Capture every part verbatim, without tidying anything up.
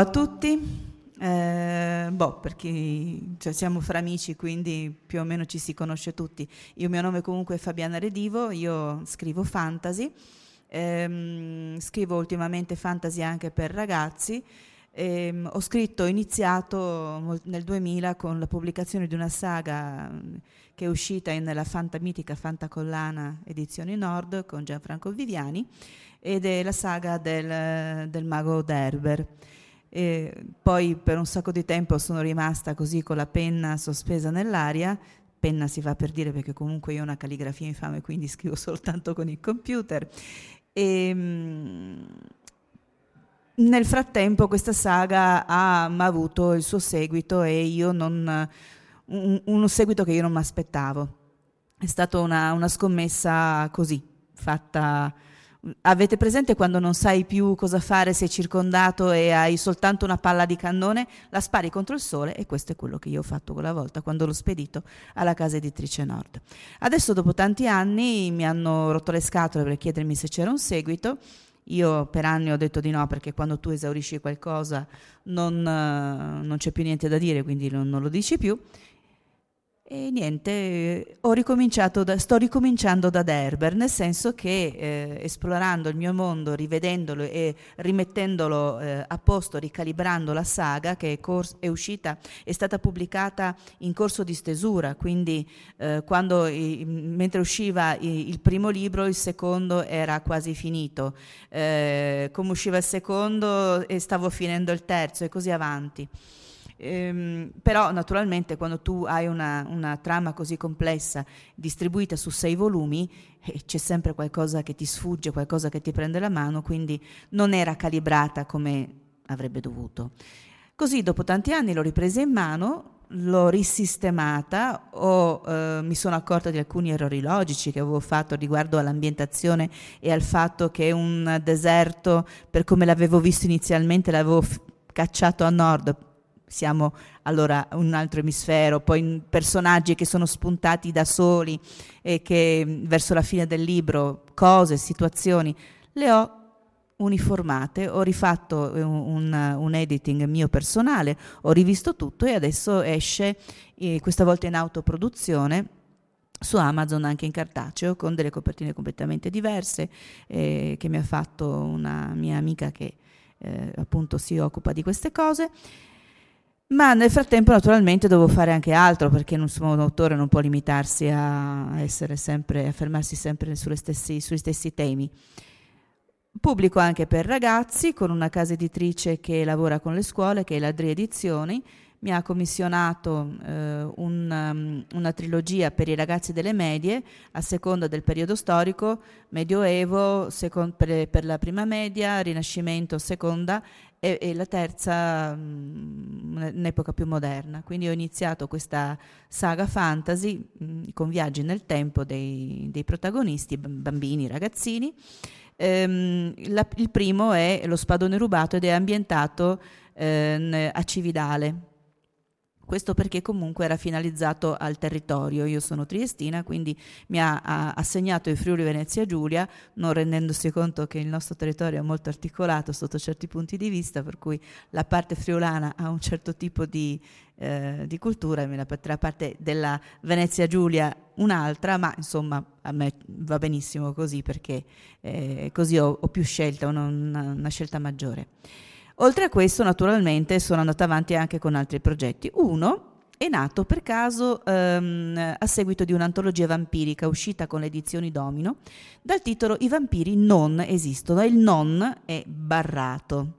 a tutti, eh, boh, perché cioè, siamo fra amici, quindi più o meno ci si conosce tutti. Il mio nome comunque è Fabiana Redivo, io scrivo fantasy, ehm, scrivo ultimamente fantasy anche per ragazzi. ehm, ho scritto, ho iniziato nel duemila con la pubblicazione di una saga che è uscita nella Fanta mitica Fantacollana Edizioni Nord con Gianfranco Viviani, ed è la saga del, del mago Derber. E poi per un sacco di tempo sono rimasta così con la penna sospesa nell'aria. Penna si fa per dire perché comunque io ho una calligrafia infame, quindi scrivo soltanto con il computer. E mh, nel frattempo questa saga ha avuto il suo seguito e io non un, un seguito che io non mi aspettavo. È stata una, una scommessa così fatta. Avete presente quando non sai più cosa fare, sei circondato e hai soltanto una palla di cannone, la spari contro il sole? E questo è quello che io ho fatto quella volta quando l'ho spedito alla casa editrice Nord. Adesso dopo tanti anni mi hanno rotto le scatole per chiedermi se c'era un seguito. Io per anni ho detto di no, perché quando tu esaurisci qualcosa non, non c'è più niente da dire, quindi non, non lo dici più. E niente, ho ricominciato da, sto ricominciando da Derber, nel senso che eh, esplorando il mio mondo, rivedendolo e rimettendolo eh, a posto, ricalibrando la saga che è, cors- è uscita, è stata pubblicata in corso di stesura, quindi eh, quando, i, mentre usciva i, il primo libro, il secondo era quasi finito, eh, come usciva il secondo e stavo finendo il terzo e così avanti. Ehm, però naturalmente quando tu hai una, una trama così complessa distribuita su sei volumi eh, c'è sempre qualcosa che ti sfugge, qualcosa che ti prende la mano, quindi non era calibrata come avrebbe dovuto. Così dopo tanti anni l'ho ripresa in mano, l'ho risistemata, ho, eh, mi sono accorta di alcuni errori logici che avevo fatto riguardo all'ambientazione e al fatto che un deserto, per come l'avevo visto inizialmente, l'avevo f- cacciato a nord. Siamo allora un altro emisfero, poi personaggi che sono spuntati da soli e che verso la fine del libro, cose, situazioni, le ho uniformate, ho rifatto un, un, un editing mio personale, ho rivisto tutto e adesso esce, eh, questa volta in autoproduzione, su Amazon anche in cartaceo, con delle copertine completamente diverse, eh, che mi ha fatto una mia amica che eh, appunto si occupa di queste cose. Ma nel frattempo naturalmente devo fare anche altro, perché un suo autore non può limitarsi a essere sempre, a fermarsi sempre sulle stessi, sui stessi temi. Pubblico anche per ragazzi con una casa editrice che lavora con le scuole, che è la Dri Edizioni. Mi ha commissionato eh, un, um, una trilogia per i ragazzi delle medie, a seconda del periodo storico, Medioevo second, per, per la prima media, Rinascimento seconda e, e la terza um, un'epoca più moderna. Quindi ho iniziato questa saga fantasy mh, con viaggi nel tempo dei, dei protagonisti, bambini, ragazzini. Ehm, la, il primo è Lo spadone rubato ed è ambientato eh, a Cividale. Questo perché comunque era finalizzato al territorio. Io sono triestina, quindi mi ha, ha assegnato il Friuli Venezia Giulia, non rendendosi conto che il nostro territorio è molto articolato sotto certi punti di vista, per cui la parte friulana ha un certo tipo di, eh, di cultura, la parte della Venezia Giulia un'altra, ma insomma a me va benissimo così, perché eh, così ho, ho più scelta, una, una scelta maggiore. Oltre a questo, naturalmente, sono andata avanti anche con altri progetti. Uno è nato per caso ehm, a seguito di un'antologia vampirica uscita con le edizioni Domino, dal titolo I vampiri non esistono, e il non è barrato.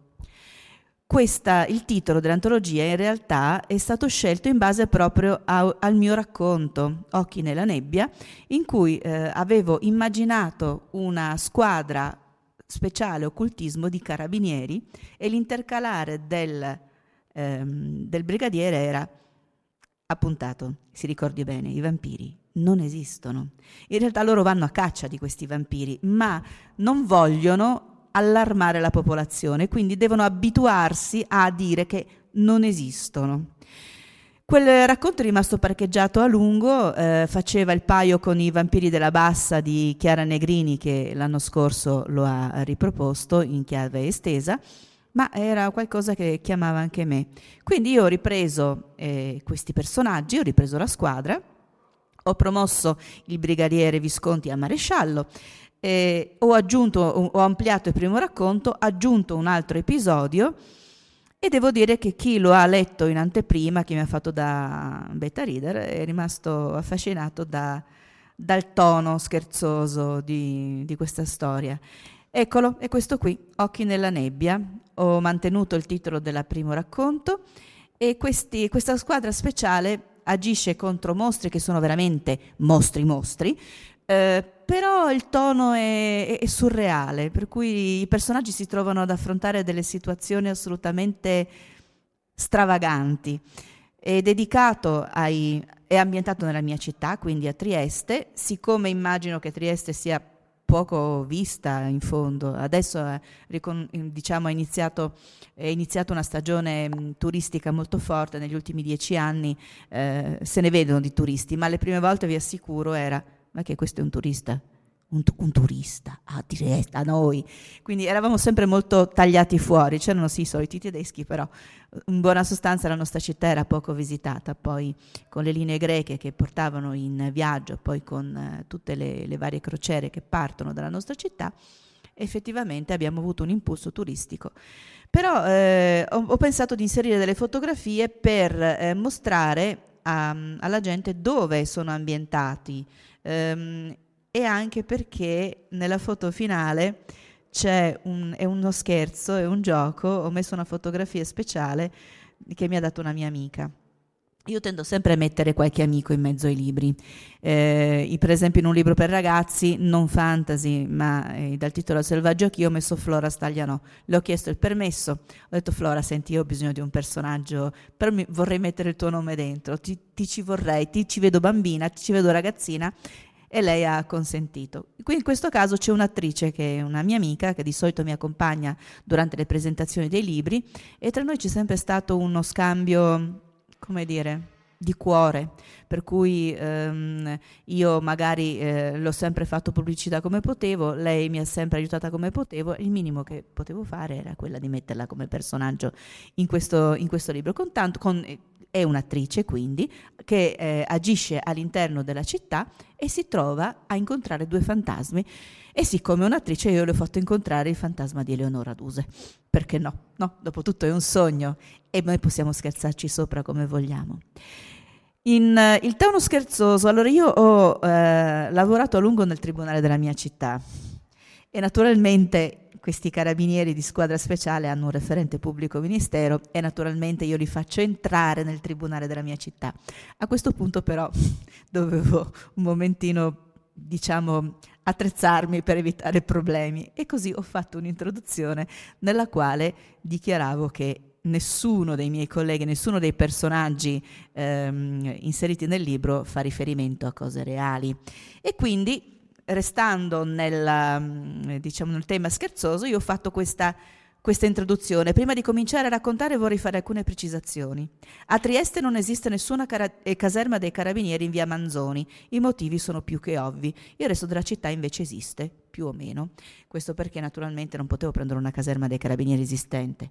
Questa, il titolo dell'antologia in realtà è stato scelto in base proprio a, al mio racconto, Occhi nella nebbia, in cui eh, avevo immaginato una squadra speciale occultismo di carabinieri e l'intercalare del, ehm, del brigadiere era appuntato, si ricordi bene, i vampiri non esistono. In realtà loro vanno a caccia di questi vampiri, ma non vogliono allarmare la popolazione, quindi devono abituarsi a dire che non esistono. Quel racconto è rimasto parcheggiato a lungo, eh, faceva il paio con I vampiri della Bassa di Chiara Negrini, che l'anno scorso lo ha riproposto in chiave estesa, ma era qualcosa che chiamava anche me. Quindi io ho ripreso eh, questi personaggi, ho ripreso la squadra, ho promosso il brigadiere Visconti a maresciallo, eh, ho aggiunto, ho ampliato il primo racconto, ho aggiunto un altro episodio, e devo dire che chi lo ha letto in anteprima, che mi ha fatto da beta reader, è rimasto affascinato da, dal tono scherzoso di, di questa storia. Eccolo, è questo qui, Occhi nella nebbia. Ho mantenuto il titolo del primo racconto e questi, questa squadra speciale agisce contro mostri che sono veramente mostri mostri, eh, però il tono è, è, è surreale, per cui i personaggi si trovano ad affrontare delle situazioni assolutamente stravaganti. È dedicato ai, è ambientato nella mia città, quindi a Trieste, siccome immagino che Trieste sia poco vista in fondo. Adesso eh, ricon- diciamo, è iniziato, è iniziata una stagione mh, turistica molto forte, negli ultimi dieci anni eh, se ne vedono di turisti, ma le prime volte vi assicuro era, ma che questo è un turista? Un, un turista, a Trieste, a noi. Quindi eravamo sempre molto tagliati fuori, c'erano sì i soliti tedeschi, però in buona sostanza la nostra città era poco visitata, poi con le linee greche che portavano in viaggio, poi con eh, tutte le, le varie crociere che partono dalla nostra città, effettivamente abbiamo avuto un impulso turistico. Però eh, ho, ho pensato di inserire delle fotografie per eh, mostrare a, alla gente dove sono ambientati, ehm, e anche perché nella foto finale c'è un, è uno scherzo, è un gioco, ho messo una fotografia speciale che mi ha dato una mia amica. Io tendo sempre a mettere qualche amico in mezzo ai libri, eh, per esempio in un libro per ragazzi, non fantasy, ma eh, dal titolo Selvaggio Chi, ho messo Flora Staglianò. Le ho chiesto il permesso, ho detto Flora, senti, io ho bisogno di un personaggio, però mi, vorrei mettere il tuo nome dentro, ti, ti ci vorrei, ti ci vedo bambina, ti ci vedo ragazzina, e lei ha consentito. Qui in questo caso c'è un'attrice che è una mia amica, che di solito mi accompagna durante le presentazioni dei libri, e tra noi c'è sempre stato uno scambio, come dire, di cuore, per cui ehm, io magari eh, l'ho sempre fatto pubblicità come potevo, lei mi ha sempre aiutata come potevo, il minimo che potevo fare era quella di metterla come personaggio in questo, in questo libro, con tanto, con, è un'attrice quindi che eh, agisce all'interno della città e si trova a incontrare due fantasmi, e siccome è un'attrice io le ho fatto incontrare il fantasma di Eleonora Duse, perché no? No, dopo tutto è un sogno e noi possiamo scherzarci sopra come vogliamo. In, uh, il tono scherzoso, allora io ho uh, lavorato a lungo nel tribunale della mia città e naturalmente questi carabinieri di squadra speciale hanno un referente pubblico ministero e naturalmente io li faccio entrare nel tribunale della mia città. A questo punto però dovevo un momentino, diciamo, attrezzarmi per evitare problemi, e così ho fatto un'introduzione nella quale dichiaravo che nessuno dei miei colleghi, nessuno dei personaggi ehm, inseriti nel libro fa riferimento a cose reali, e quindi restando nel, diciamo, nel tema scherzoso, io ho fatto questa, questa introduzione. Prima di cominciare a raccontare vorrei fare alcune precisazioni. A Trieste non esiste nessuna cara- caserma dei carabinieri in via Manzoni, i motivi sono più che ovvi. Il resto della città invece esiste, più o meno. Questo perché naturalmente non potevo prendere una caserma dei carabinieri esistente.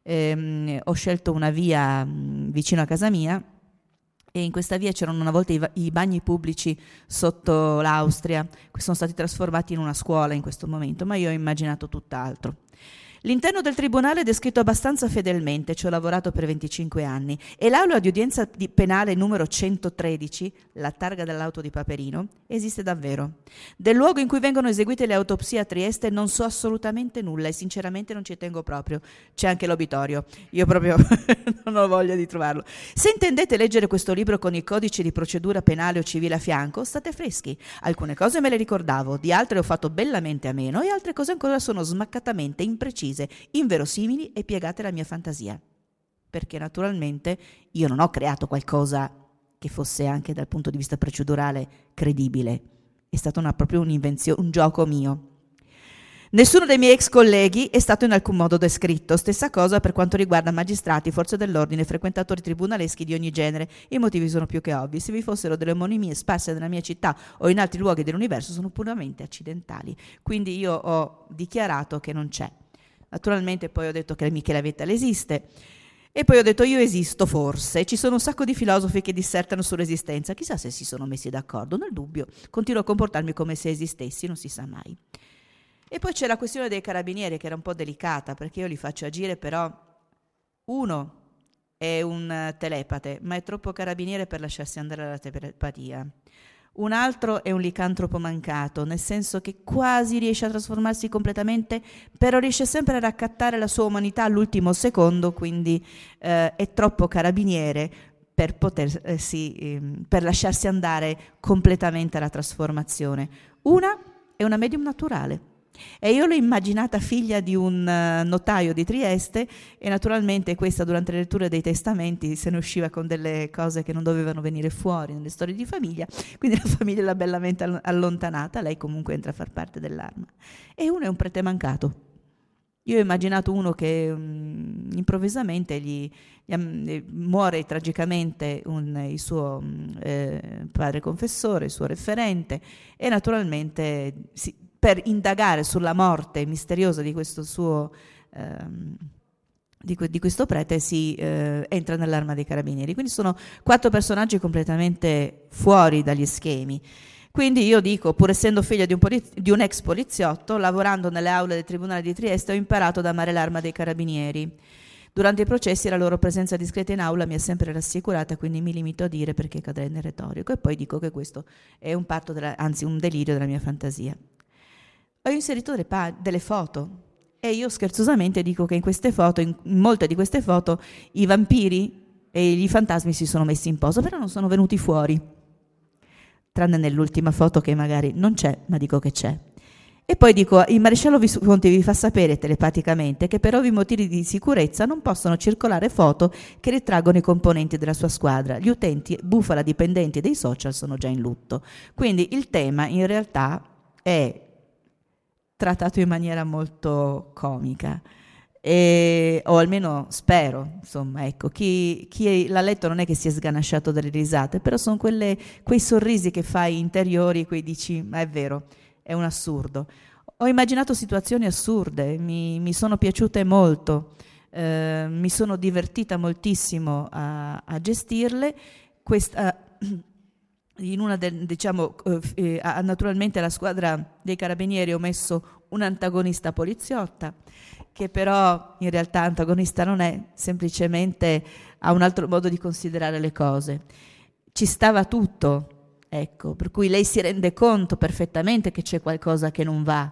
Ehm, ho scelto una via mh, vicino a casa mia, e in questa via c'erano una volta i, va- i bagni pubblici sotto l'Austria, che sono stati trasformati in una scuola in questo momento, ma io ho immaginato tutt'altro. L'interno del tribunale è descritto abbastanza fedelmente, ci ho lavorato per venticinque anni, e l'aula di udienza di penale numero centotredici, la targa dell'auto di Paperino, esiste davvero. Del luogo in cui vengono eseguite le autopsie a Trieste non so assolutamente nulla e sinceramente non ci tengo proprio. C'è anche l'obitorio, io proprio non ho voglia di trovarlo. Se intendete leggere questo libro con il codice di procedura penale o civile a fianco, state freschi. Alcune cose me le ricordavo, di altre ho fatto bellamente a meno, e altre cose ancora sono smaccatamente imprecise, inverosimili e piegate alla mia fantasia, perché naturalmente io non ho creato qualcosa che fosse anche dal punto di vista procedurale credibile, è stata una, proprio un'invenzione, un gioco mio. Nessuno dei miei ex colleghi è stato in alcun modo descritto, stessa cosa per quanto riguarda magistrati, forze dell'ordine, frequentatori tribunaleschi di ogni genere. I motivi sono più che ovvi, se vi fossero delle omonimie sparse nella mia città o in altri luoghi dell'universo sono puramente accidentali, quindi io ho dichiarato che non c'è. Naturalmente poi ho detto che Michela Vitale esiste, e poi ho detto io esisto forse. Ci sono un sacco di filosofi che dissertano sull'esistenza, chissà se si sono messi d'accordo. Nel dubbio continuo a comportarmi come se esistessi, non si sa mai. E poi c'è la questione dei carabinieri, che era un po' delicata, perché io li faccio agire, però uno è un telepate, ma è troppo carabiniere per lasciarsi andare alla telepatia. Un altro è un licantropo mancato, nel senso che quasi riesce a trasformarsi completamente, però riesce sempre a raccattare la sua umanità all'ultimo secondo, quindi eh, è troppo carabiniere per, potersi, eh, per lasciarsi andare completamente alla trasformazione. Una è una medium naturale. E io l'ho immaginata figlia di un uh, notaio di Trieste, e naturalmente questa durante le letture dei testamenti se ne usciva con delle cose che non dovevano venire fuori nelle storie di famiglia, quindi la famiglia l'ha bellamente allontanata, lei comunque entra a far parte dell'Arma. E uno è un prete mancato. Io ho immaginato uno che um, improvvisamente gli, gli um, muore tragicamente un, il suo um, eh, padre confessore, il suo referente, e naturalmente si, per indagare sulla morte misteriosa di questo suo ehm, di, di questo prete si eh, entra nell'Arma dei Carabinieri. Quindi sono quattro personaggi completamente fuori dagli schemi. Quindi io dico, pur essendo figlia di un, poliz- di un ex poliziotto, lavorando nelle aule del Tribunale di Trieste, ho imparato ad amare l'Arma dei Carabinieri. Durante i processi la loro presenza discreta in aula mi ha sempre rassicurata, quindi mi limito a dire perché cadrei nel retorico, e poi dico che questo è un parto, della, anzi un delirio della mia fantasia. Ho inserito delle, pa- delle foto, e io scherzosamente dico che in queste foto, in molte di queste foto, i vampiri e i fantasmi si sono messi in posa, però non sono venuti fuori, tranne nell'ultima foto che magari non c'è, ma dico che c'è. E poi dico, il maresciallo Visconti vi fa sapere telepaticamente che per ovvi motivi di sicurezza non possono circolare foto che ritraggono i componenti della sua squadra. Gli utenti bufala dipendenti dei social sono già in lutto. Quindi il tema in realtà è trattato in maniera molto comica, e, o almeno spero, insomma, ecco, chi, chi l'ha letto non è che si è sganasciato dalle risate, però sono quelle, quei sorrisi che fai interiori, quei dici, ma è vero, è un assurdo. Ho immaginato situazioni assurde, mi, mi sono piaciute molto, eh, mi sono divertita moltissimo a, a gestirle. Questa in una del, diciamo eh, naturalmente alla squadra dei carabinieri ho messo un'antagonista poliziotta, che però in realtà antagonista non è, semplicemente ha un altro modo di considerare le cose. Ci stava tutto, ecco, per cui lei si rende conto perfettamente che c'è qualcosa che non va,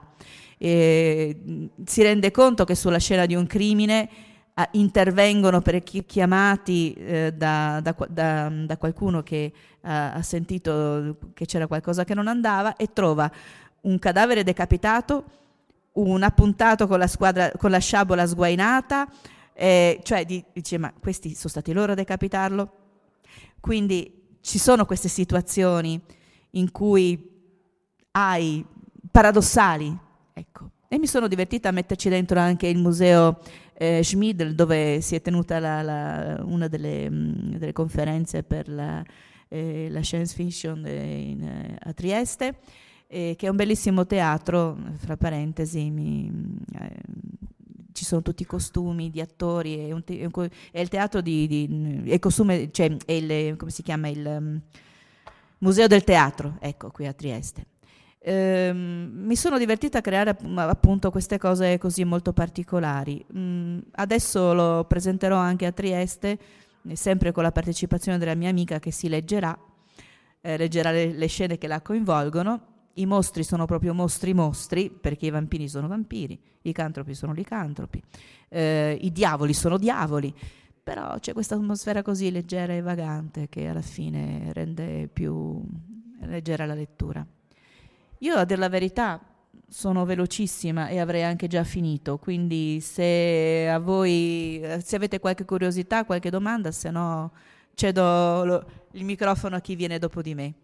e si rende conto che sulla scena di un crimine Uh, intervengono per chi- chiamati eh, da, da, da, da qualcuno che uh, ha sentito che c'era qualcosa che non andava, e trova un cadavere decapitato, un appuntato con la, squadra, con la sciabola sguainata, eh, cioè di, dice, ma questi sono stati loro a decapitarlo? Quindi ci sono queste situazioni in cui hai paradossali, ecco. E mi sono divertita a metterci dentro anche il museo eh, Schmid, dove si è tenuta la, la, una delle, mh, delle conferenze per la, eh, la science fiction in, eh, a Trieste, eh, che è un bellissimo teatro, fra parentesi, mi, eh, ci sono tutti i costumi di attori, è, un te- è, un, è il teatro di, di è costume, cioè è il, come si chiama, il um, Museo del Teatro, ecco, qui a Trieste. Ehm, mi sono divertita a creare appunto queste cose così molto particolari. Mm, adesso lo presenterò anche a Trieste, sempre con la partecipazione della mia amica, che si leggerà, eh, leggerà le, le scene che la coinvolgono. I mostri sono proprio mostri mostri, perché i vampiri sono vampiri, i licantropi sono licantropi, eh, i diavoli sono diavoli, però c'è questa atmosfera così leggera e vagante che alla fine rende più leggera la lettura. Io, a dir la verità, sono velocissima e avrei anche già finito, quindi se a voi, se avete qualche curiosità, qualche domanda, se no cedo lo, il microfono a chi viene dopo di me.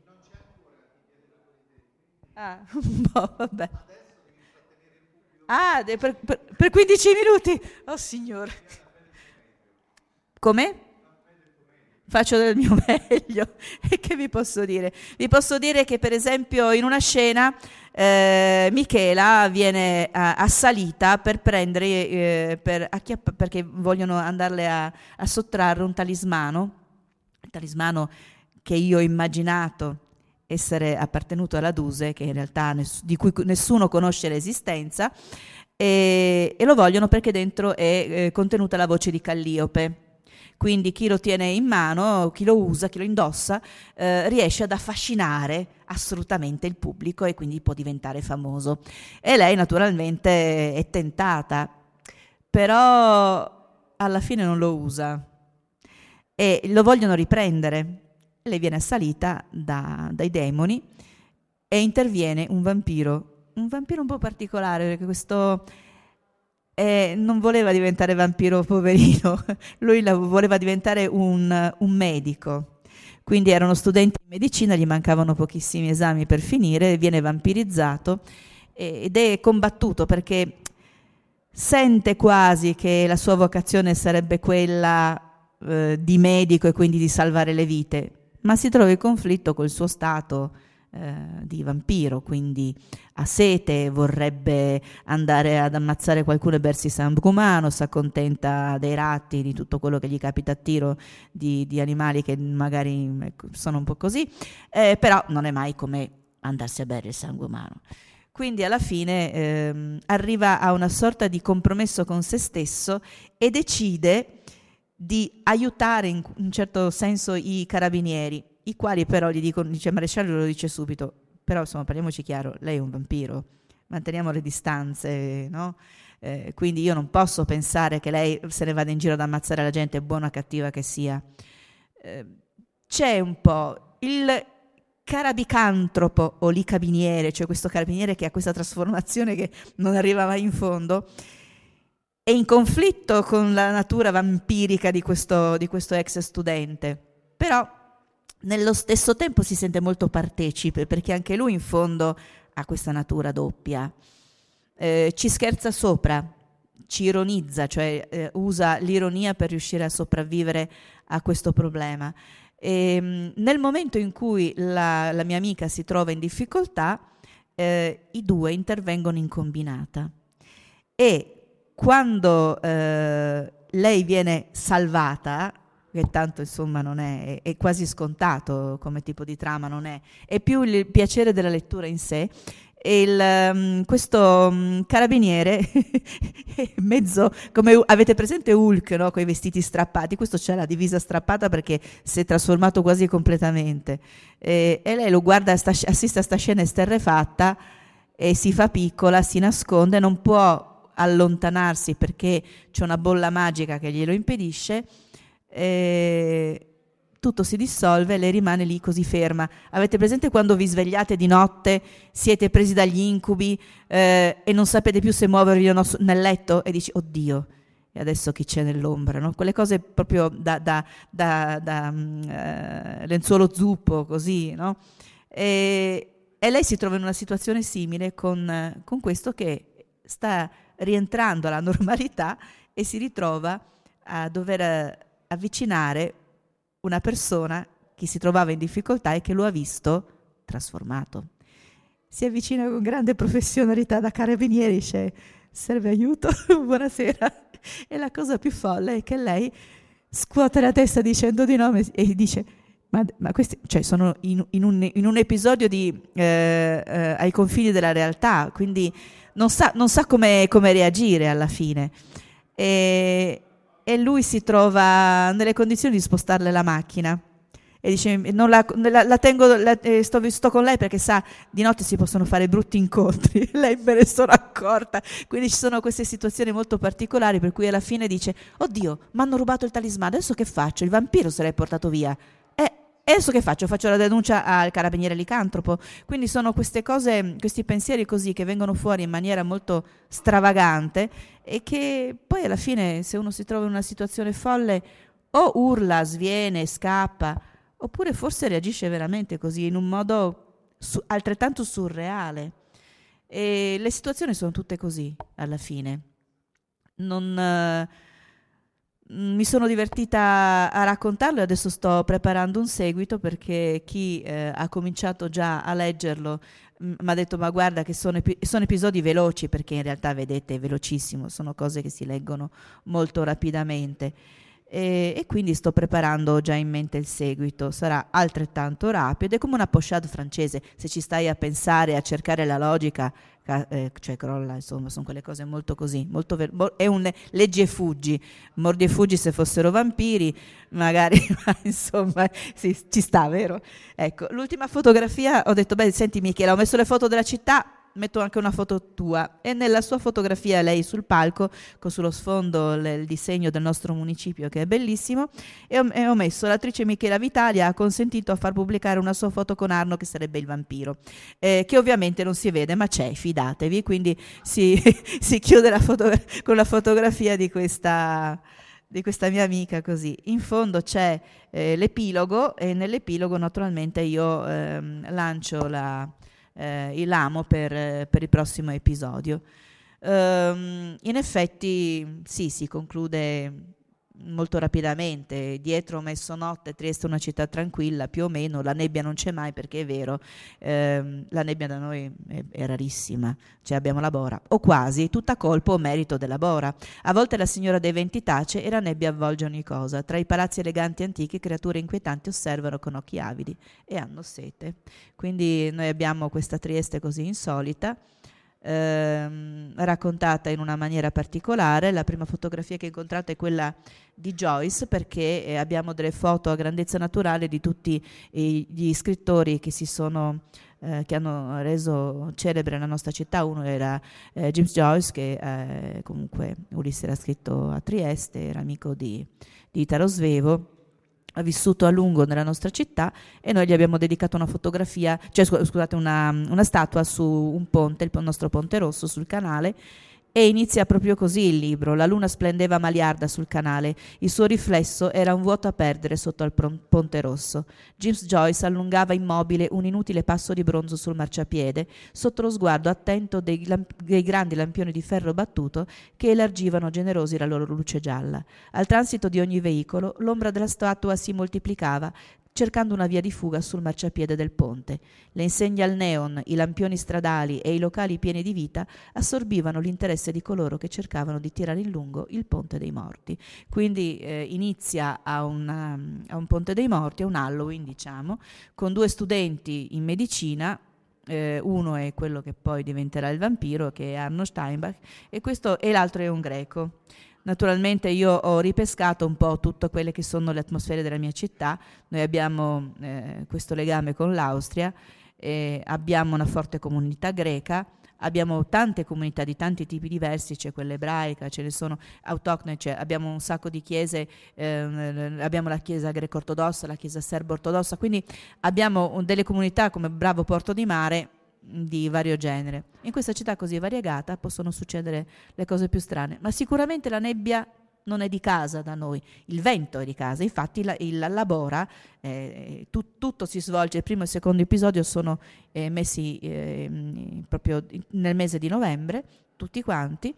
Ah, boh, vabbè. Ah, de- per, per, per quindici minuti? Oh signore. Come? Faccio del mio meglio. E che vi posso dire? Vi posso dire che per esempio in una scena eh, Michela viene a- assalita per prendere, eh, per acchiapp- perché vogliono andarle a, a sottrarre un talismano, il talismano che io ho immaginato essere appartenuto alla Duse, che in realtà ness- di cui nessuno conosce l'esistenza, e, e lo vogliono perché dentro è eh, contenuta la voce di Calliope. Quindi chi lo tiene in mano, chi lo usa, chi lo indossa, eh, riesce ad affascinare assolutamente il pubblico e quindi può diventare famoso. E lei naturalmente è tentata, però alla fine non lo usa e lo vogliono riprendere. Lei viene assalita da- dai demoni e interviene un vampiro, un vampiro un po' particolare perché questo eh, non voleva diventare vampiro poverino, lui la- voleva diventare un, un medico. Quindi erano studenti di medicina, gli mancavano pochissimi esami per finire, viene vampirizzato eh, ed è combattuto perché sente quasi che la sua vocazione sarebbe quella eh, di medico e quindi di salvare le vite, ma si trova in conflitto col suo stato eh, di vampiro, quindi ha sete, vorrebbe andare ad ammazzare qualcuno e bersi sangue umano, si accontenta dei ratti, di tutto quello che gli capita a tiro, di, di animali che magari ecco, sono un po' così, eh, però non è mai come andarsi a bere il sangue umano. Quindi alla fine ehm, arriva a una sorta di compromesso con se stesso e decide di aiutare in un certo senso i carabinieri, i quali però gli dicono, dice maresciallo, lo dice subito, però insomma parliamoci chiaro, lei è un vampiro, manteniamo le distanze, no? Eh, quindi io non posso pensare che lei se ne vada in giro ad ammazzare la gente, buona o cattiva che sia. Eh, c'è un po' il carabicantropo o licabiniere, cioè questo carabiniere che ha questa trasformazione che non arriva mai in fondo, è in conflitto con la natura vampirica di questo, di questo ex studente, però nello stesso tempo si sente molto partecipe perché anche lui in fondo ha questa natura doppia. Eh, ci scherza sopra, ci ironizza, cioè eh, usa l'ironia per riuscire a sopravvivere a questo problema. E, mh, nel momento in cui la, la mia amica si trova in difficoltà, eh, i due intervengono in combinata e quando eh, lei viene salvata, che tanto insomma non è, è, è quasi scontato come tipo di trama, non è, è più il piacere della lettura in sé. E il, um, questo um, carabiniere è mezzo come avete presente Hulk, no? Con i vestiti strappati, questo c'ha la divisa strappata perché si è trasformato quasi completamente e, e lei lo guarda, sta, assiste a sta scena esterrefatta e si fa piccola, si nasconde, non può allontanarsi perché c'è una bolla magica che glielo impedisce. E tutto si dissolve e lei rimane lì così ferma. Avete presente quando vi svegliate di notte, siete presi dagli incubi eh, e non sapete più se muovervi o no nel letto e dici oddio, e adesso chi c'è nell'ombra, no? Quelle cose proprio da, da, da, da mm, eh, lenzuolo zuppo, così, no? E, e lei si trova in una situazione simile con, con questo che sta rientrando alla normalità e si ritrova a dover avvicinare una persona che si trovava in difficoltà e che lo ha visto trasformato. Si avvicina con grande professionalità da carabinieri, dice serve aiuto, buonasera. E la cosa più folle è che lei scuote la testa dicendo di no e dice ma, ma questi cioè, sono in, in, un, in un episodio di, eh, eh, ai confini della realtà, quindi non sa, non sa come, come reagire alla fine. E, e lui si trova nelle condizioni di spostarle la macchina e dice non la, la, la tengo la, eh, sto, sto con lei perché sa di notte si possono fare brutti incontri. Lei me ne sono accorta, quindi ci sono queste situazioni molto particolari per cui alla fine dice oddio mi hanno rubato il talismano, adesso che faccio? Il vampiro se l'è portato via eh, e adesso che faccio? Faccio la denuncia al carabiniere licantropo. Quindi sono queste cose, questi pensieri così che vengono fuori in maniera molto stravagante e che poi alla fine se uno si trova in una situazione folle o urla, sviene, scappa oppure forse reagisce veramente così in un modo su- altrettanto surreale e le situazioni sono tutte così alla fine non, eh, Mi sono divertita a raccontarlo e adesso sto preparando un seguito, perché chi eh, ha cominciato già a leggerlo mi ha detto: ma guarda che sono, epi- sono episodi veloci, perché in realtà, vedete, è velocissimo, sono cose che si leggono molto rapidamente. E, e quindi sto preparando già in mente il seguito, sarà altrettanto rapido, è come una pochade francese, se ci stai a pensare, a cercare la logica, ca- eh, cioè crolla, insomma, sono quelle cose molto così, molto ver- mo- è un leggi e fuggi, mordi e fuggi se fossero vampiri, magari, ma insomma, sì, ci sta, vero? Ecco, l'ultima fotografia, ho detto: beh, senti Michela, ho messo le foto della città, metto anche una foto tua. E nella sua fotografia, lei sul palco, con sullo sfondo le- il disegno del nostro municipio, che è bellissimo, e ho, e ho messo: l'attrice Michela Vitali ha consentito a far pubblicare una sua foto con Arno, che sarebbe il vampiro, eh, che ovviamente non si vede, ma c'è, fidatevi. Quindi si, si chiude la foto- con la fotografia di questa di questa mia amica, così. In fondo c'è eh, l'epilogo, e nell'epilogo naturalmente io ehm, lancio la, eh, il amo per, eh, per il prossimo episodio. Ehm, in effetti sì, si conclude molto rapidamente. Dietro ho messo notte, Trieste è una città tranquilla, più o meno, la nebbia non c'è mai, perché è vero, ehm, la nebbia da noi è, è rarissima, cioè abbiamo la bora, o quasi, tutta colpa o merito della bora. A volte la signora dei venti tace e la nebbia avvolge ogni cosa. Tra i palazzi eleganti e antichi, creature inquietanti osservano con occhi avidi e hanno sete. Quindi noi abbiamo questa Trieste così insolita, ehm, raccontata in una maniera particolare. La prima fotografia che ho incontrato è quella di Joyce, perché eh, abbiamo delle foto a grandezza naturale di tutti i- gli scrittori che si sono eh, che hanno reso celebre la nostra città. Uno era eh, James Joyce, che eh, comunque Ulisse era scritto a Trieste, era amico di, di Italo Svevo, ha vissuto a lungo nella nostra città, e noi gli abbiamo dedicato una fotografia, cioè scu- scusate, una, una statua su un ponte, il po- nostro Ponte Rosso sul canale. E inizia proprio così il libro: la luna splendeva maliarda sul canale, il suo riflesso era un vuoto a perdere sotto al pron- Ponte Rosso. James Joyce allungava immobile un inutile passo di bronzo sul marciapiede, sotto lo sguardo attento dei, lamp- dei grandi lampioni di ferro battuto che elargivano generosi la loro luce gialla. Al transito di ogni veicolo l'ombra della statua si moltiplicava, cercando una via di fuga sul marciapiede del ponte. Le insegne al neon, i lampioni stradali e i locali pieni di vita assorbivano l'interesse di coloro che cercavano di tirare in lungo il Ponte dei Morti. Quindi eh, inizia a, una, a un Ponte dei Morti, a un Halloween, diciamo, con due studenti in medicina. Eh, uno è quello che poi diventerà il vampiro, che è Arno Steinbach, e, questo, e l'altro è un greco. Naturalmente io ho ripescato un po' tutte quelle che sono le atmosfere della mia città. Noi abbiamo eh, questo legame con l'Austria, eh, abbiamo una forte comunità greca, abbiamo tante comunità di tanti tipi diversi, c'è quella ebraica, ce ne sono autoctone, cioè abbiamo un sacco di chiese, eh, abbiamo la chiesa greco-ortodossa, la chiesa serbo-ortodossa, quindi abbiamo delle comunità come Bravo Porto di Mare di vario genere. In questa città così variegata possono succedere le cose più strane, ma sicuramente la nebbia non è di casa da noi, il vento è di casa. Infatti la, il, la Bora, eh, tu, tutto si svolge, il primo e il secondo episodio sono eh, messi eh, proprio nel mese di novembre, tutti quanti,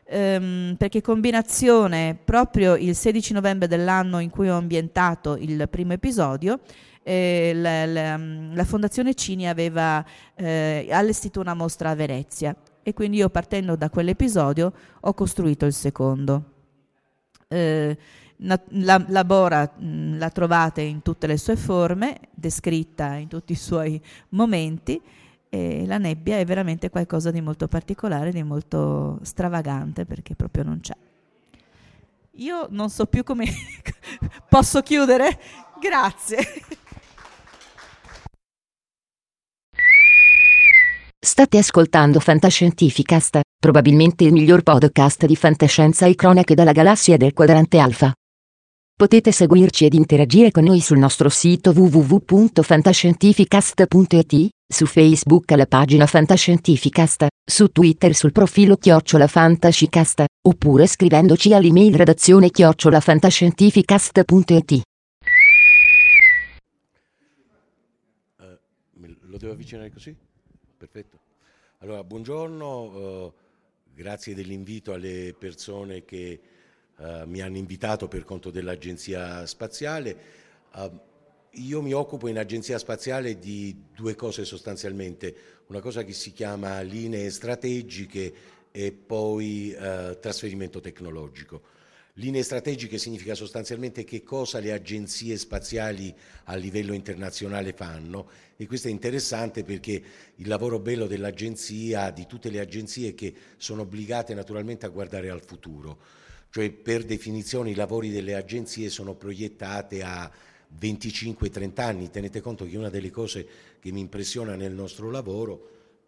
ehm, perché combinazione proprio il sedici novembre dell'anno in cui ho ambientato il primo episodio, eh, la, la, la Fondazione Cini aveva eh, allestito una mostra a Venezia, e quindi io, partendo da quell'episodio, ho costruito il secondo. Eh, la, la Bora mh, la trovate in tutte le sue forme, descritta in tutti i suoi momenti, e la nebbia è veramente qualcosa di molto particolare, di molto stravagante, perché proprio non c'è. Io non so più come posso chiudere? Grazie. State ascoltando Fantascientificast, probabilmente il miglior podcast di fantascienza e cronache dalla galassia del Quadrante Alfa. Potete seguirci ed interagire con noi sul nostro sito w w w punto fantascientificast punto i t, su Facebook alla pagina Fantascientificast, su Twitter sul profilo chiocciola Fantascicast, oppure scrivendoci all'email redazione chiocciola fantascientificast punto i t. Uh, lo devo avvicinare così? Perfetto. Allora, buongiorno, uh, grazie dell'invito alle persone che uh, uh, mi hanno invitato per conto dell'Agenzia Spaziale. Uh, io mi occupo in Agenzia Spaziale di due cose sostanzialmente, una cosa che si chiama linee strategiche e poi uh, trasferimento tecnologico. Linee strategiche significa sostanzialmente che cosa le agenzie spaziali a livello internazionale fanno, e questo è interessante perché il lavoro bello dell'agenzia, di tutte le agenzie, è che sono obbligate naturalmente a guardare al futuro, cioè per definizione i lavori delle agenzie sono proiettate a venticinque trenta anni. Tenete conto che una delle cose che mi impressiona nel nostro lavoro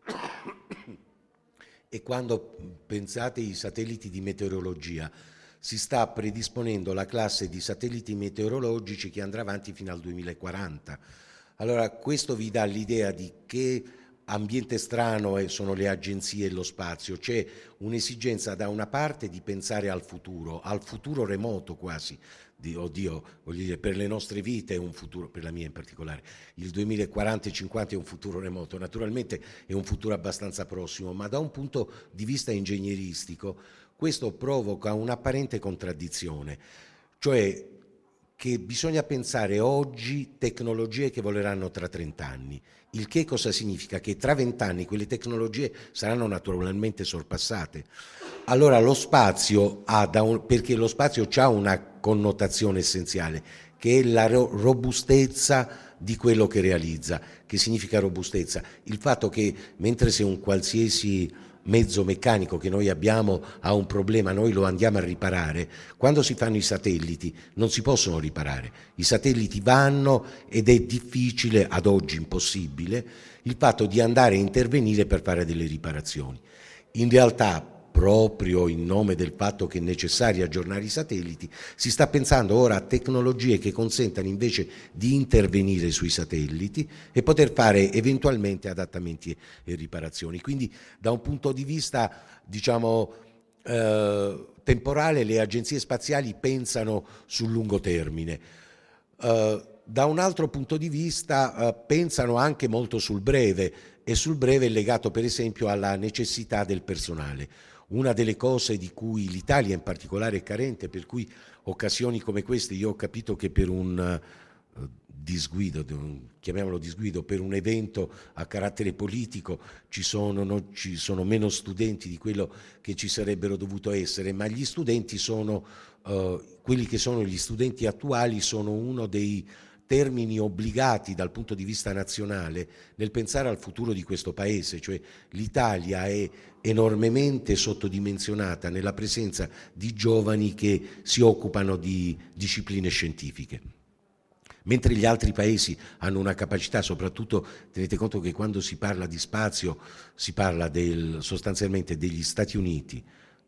è quando pensate ai satelliti di meteorologia. Si sta predisponendo la classe di satelliti meteorologici che andrà avanti fino al duemilaquaranta. Allora questo vi dà l'idea di che ambiente strano sono le agenzie e lo spazio. C'è un'esigenza da una parte di pensare al futuro, al futuro remoto quasi. Di, oddio, voglio dire, per le nostre vite è un futuro, per la mia in particolare, il duemilaquaranta e cinquanta è un futuro remoto, naturalmente è un futuro abbastanza prossimo, ma da un punto di vista ingegneristico questo provoca un'apparente contraddizione, cioè che bisogna pensare oggi tecnologie che voleranno tra trenta anni, il che cosa significa? Che tra venti anni quelle tecnologie saranno naturalmente sorpassate. Allora lo spazio ha, da un, perché lo spazio ha una connotazione essenziale, che è la ro- robustezza di quello che realizza. Che significa robustezza? Il fatto che mentre se un qualsiasi mezzo meccanico che noi abbiamo ha un problema, noi lo andiamo a riparare, quando si fanno i satelliti non si possono riparare, i satelliti vanno ed è difficile, ad oggi impossibile, il fatto di andare a intervenire per fare delle riparazioni. In realtà, proprio in nome del fatto che è necessario aggiornare i satelliti, si sta pensando ora a tecnologie che consentano invece di intervenire sui satelliti e poter fare eventualmente adattamenti e riparazioni. Quindi da un punto di vista, diciamo, eh, temporale, le agenzie spaziali pensano sul lungo termine. Eh, da un altro punto di vista eh, pensano anche molto sul breve, e sul breve è legato per esempio alla necessità del personale. Una delle cose di cui l'Italia in particolare è carente, per cui occasioni come queste, io ho capito che per un uh, disguido, chiamiamolo disguido, per un evento a carattere politico ci sono, no, ci sono meno studenti di quello che ci sarebbero dovuto essere, ma gli studenti sono, uh, quelli che sono gli studenti attuali sono uno dei termini obbligati dal punto di vista nazionale nel pensare al futuro di questo paese, cioè l'Italia è enormemente sottodimensionata nella presenza di giovani che si occupano di discipline scientifiche, mentre gli altri paesi hanno una capacità, soprattutto tenete conto che quando si parla di spazio si parla del, sostanzialmente degli Stati Uniti,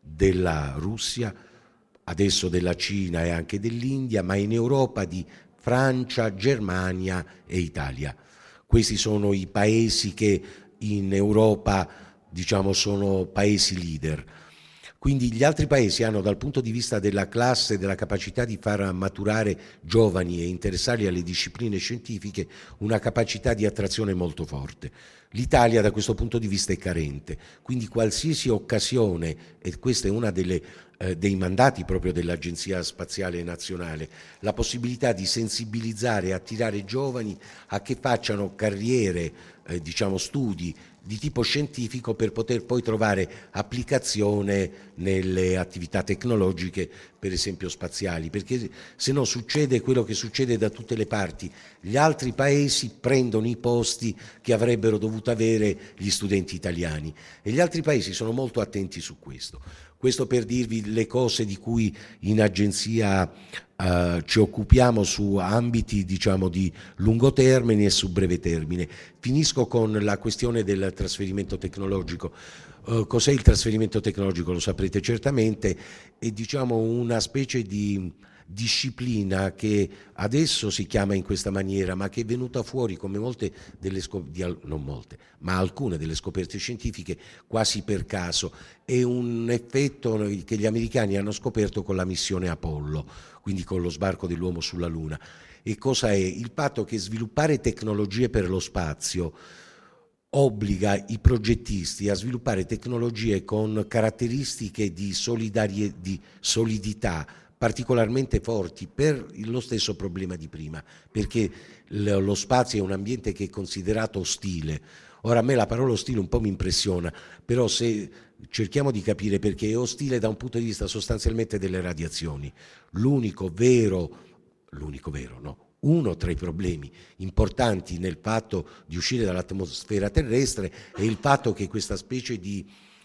della Russia, adesso della Cina e anche dell'India, ma in Europa di Francia, Germania e Italia. Questi sono i paesi che in Europa, diciamo, sono paesi leader. Quindi gli altri paesi hanno, dal punto di vista della classe, della capacità di far maturare giovani e interessarli alle discipline scientifiche, una capacità di attrazione molto forte. L'Italia da questo punto di vista è carente, quindi qualsiasi occasione, e questa è una delle eh, dei mandati proprio dell'Agenzia Spaziale Nazionale, la possibilità di sensibilizzare e attirare giovani a che facciano carriere, eh, diciamo studi di tipo scientifico per poter poi trovare applicazione nelle attività tecnologiche, per esempio spaziali, perché se no succede quello che succede da tutte le parti, gli altri paesi prendono i posti che avrebbero dovuto avere gli studenti italiani e gli altri paesi sono molto attenti su questo. Questo per dirvi le cose di cui in agenzia uh, ci occupiamo su ambiti, diciamo, di lungo termine e su breve termine. Finisco con la questione del trasferimento tecnologico. Uh, cos'è il trasferimento tecnologico? Lo saprete certamente, è, diciamo, una specie di disciplina che adesso si chiama in questa maniera, ma che è venuta fuori come molte delle scoperte, non molte, ma alcune delle scoperte scientifiche quasi per caso. È un effetto che gli americani hanno scoperto con la missione Apollo, quindi con lo sbarco dell'uomo sulla Luna. E cosa è? Il fatto che sviluppare tecnologie per lo spazio obbliga i progettisti a sviluppare tecnologie con caratteristiche di, solidarie, di solidità particolarmente forti per lo stesso problema di prima, perché lo spazio è un ambiente che è considerato ostile. Ora a me la parola ostile un po' mi impressiona, però se cerchiamo di capire perché è ostile da un punto di vista sostanzialmente delle radiazioni, l'unico vero, l'unico vero, no? Uno tra i problemi importanti nel fatto di uscire dall'atmosfera terrestre è il fatto che questa specie di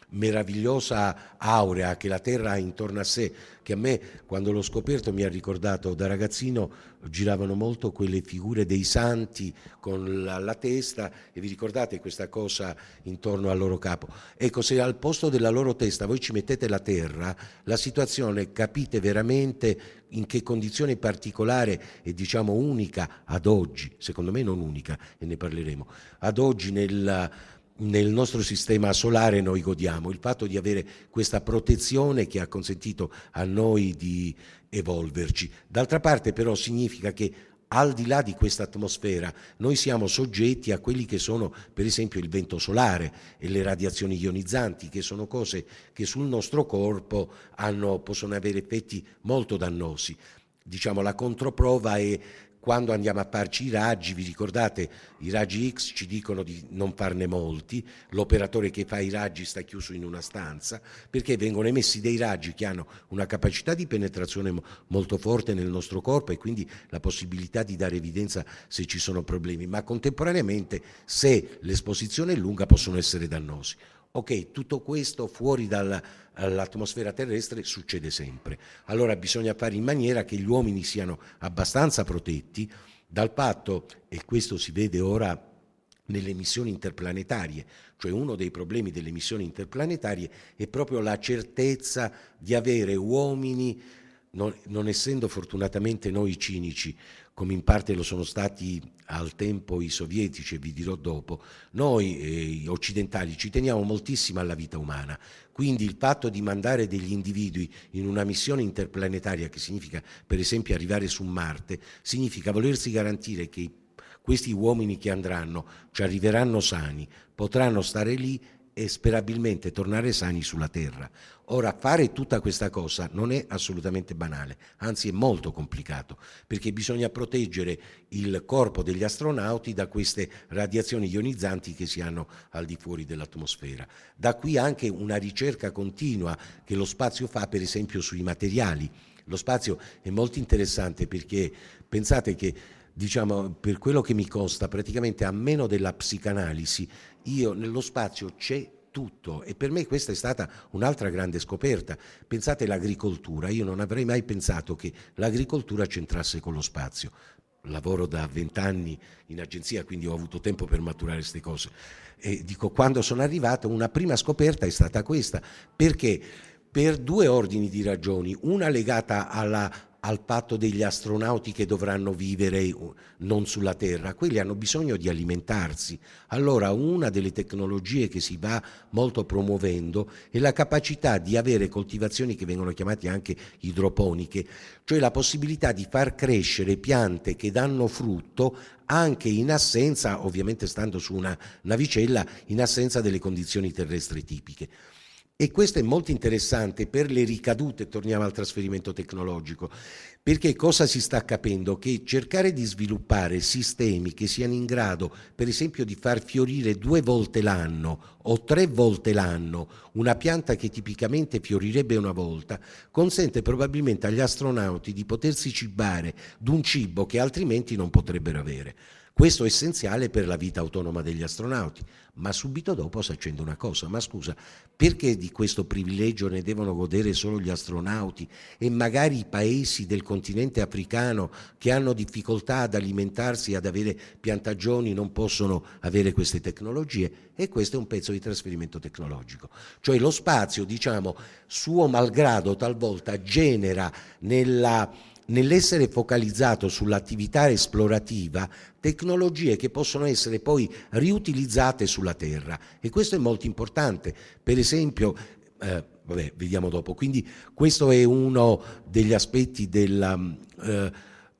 meravigliosa aurea che la Terra ha intorno a sé, che a me quando l'ho scoperto mi ha ricordato da ragazzino, giravano molto quelle figure dei santi con la, la testa, e vi ricordate questa cosa intorno al loro capo? Ecco, se al posto della loro testa voi ci mettete la Terra, la situazione capite veramente in che condizione particolare e diciamo unica ad oggi, secondo me non unica, e ne parleremo, ad oggi nel nel nostro sistema solare noi godiamo, il fatto di avere questa protezione che ha consentito a noi di evolverci. D'altra parte però significa che al di là di questa atmosfera noi siamo soggetti a quelli che sono per esempio il vento solare e le radiazioni ionizzanti, che sono cose che sul nostro corpo hanno, possono avere effetti molto dannosi. Diciamo la controprova è quando andiamo a farci i raggi, vi ricordate, i raggi X ci dicono di non farne molti, l'operatore che fa i raggi sta chiuso in una stanza, perché vengono emessi dei raggi che hanno una capacità di penetrazione molto forte nel nostro corpo e quindi la possibilità di dare evidenza se ci sono problemi, ma contemporaneamente se l'esposizione è lunga possono essere dannosi. Ok, tutto questo fuori dall'atmosfera terrestre succede sempre. Allora bisogna fare in maniera che gli uomini siano abbastanza protetti dal fatto, e questo si vede ora nelle missioni interplanetarie, cioè uno dei problemi delle missioni interplanetarie è proprio la certezza di avere uomini, non, non essendo fortunatamente noi cinici, come in parte lo sono stati al tempo i sovietici, e vi dirò dopo, noi eh, occidentali ci teniamo moltissimo alla vita umana, quindi il fatto di mandare degli individui in una missione interplanetaria, che significa per esempio arrivare su Marte, significa volersi garantire che questi uomini che andranno ci arriveranno sani, potranno stare lì e sperabilmente tornare sani sulla Terra. Ora, fare tutta questa cosa non è assolutamente banale, anzi è molto complicato, perché bisogna proteggere il corpo degli astronauti da queste radiazioni ionizzanti che si hanno al di fuori dell'atmosfera. Da qui anche una ricerca continua che lo spazio fa, per esempio, sui materiali. Lo spazio è molto interessante perché pensate che, diciamo, per quello che mi costa, praticamente a meno della psicanalisi, io nello spazio c'è tutto, e per me questa è stata un'altra grande scoperta. Pensate all'agricoltura, io non avrei mai pensato che l'agricoltura c'entrasse con lo spazio. Lavoro da vent'anni in agenzia, quindi ho avuto tempo per maturare queste cose. E dico, quando sono arrivato, una prima scoperta è stata questa, perché per due ordini di ragioni, una legata alla al fatto degli astronauti che dovranno vivere non sulla Terra, quelli hanno bisogno di alimentarsi. Allora una delle tecnologie che si va molto promuovendo è la capacità di avere coltivazioni che vengono chiamate anche idroponiche, cioè la possibilità di far crescere piante che danno frutto anche in assenza, ovviamente stando su una navicella, in assenza delle condizioni terrestri tipiche. E questo è molto interessante per le ricadute, torniamo al trasferimento tecnologico, perché cosa si sta capendo? Che cercare di sviluppare sistemi che siano in grado, per esempio, di far fiorire due volte l'anno o tre volte l'anno una pianta che tipicamente fiorirebbe una volta, consente probabilmente agli astronauti di potersi cibare d'un cibo che altrimenti non potrebbero avere. Questo è essenziale per la vita autonoma degli astronauti, ma subito dopo si accende una cosa: ma scusa, perché di questo privilegio ne devono godere solo gli astronauti e magari i paesi del continente africano che hanno difficoltà ad alimentarsi e ad avere piantagioni non possono avere queste tecnologie? E questo è un pezzo di trasferimento tecnologico, cioè lo spazio, diciamo, suo malgrado talvolta genera nella nell'essere focalizzato sull'attività esplorativa tecnologie che possono essere poi riutilizzate sulla Terra, e questo è molto importante. Per esempio, eh, vabbè, vediamo dopo, quindi questo è uno degli aspetti della, eh,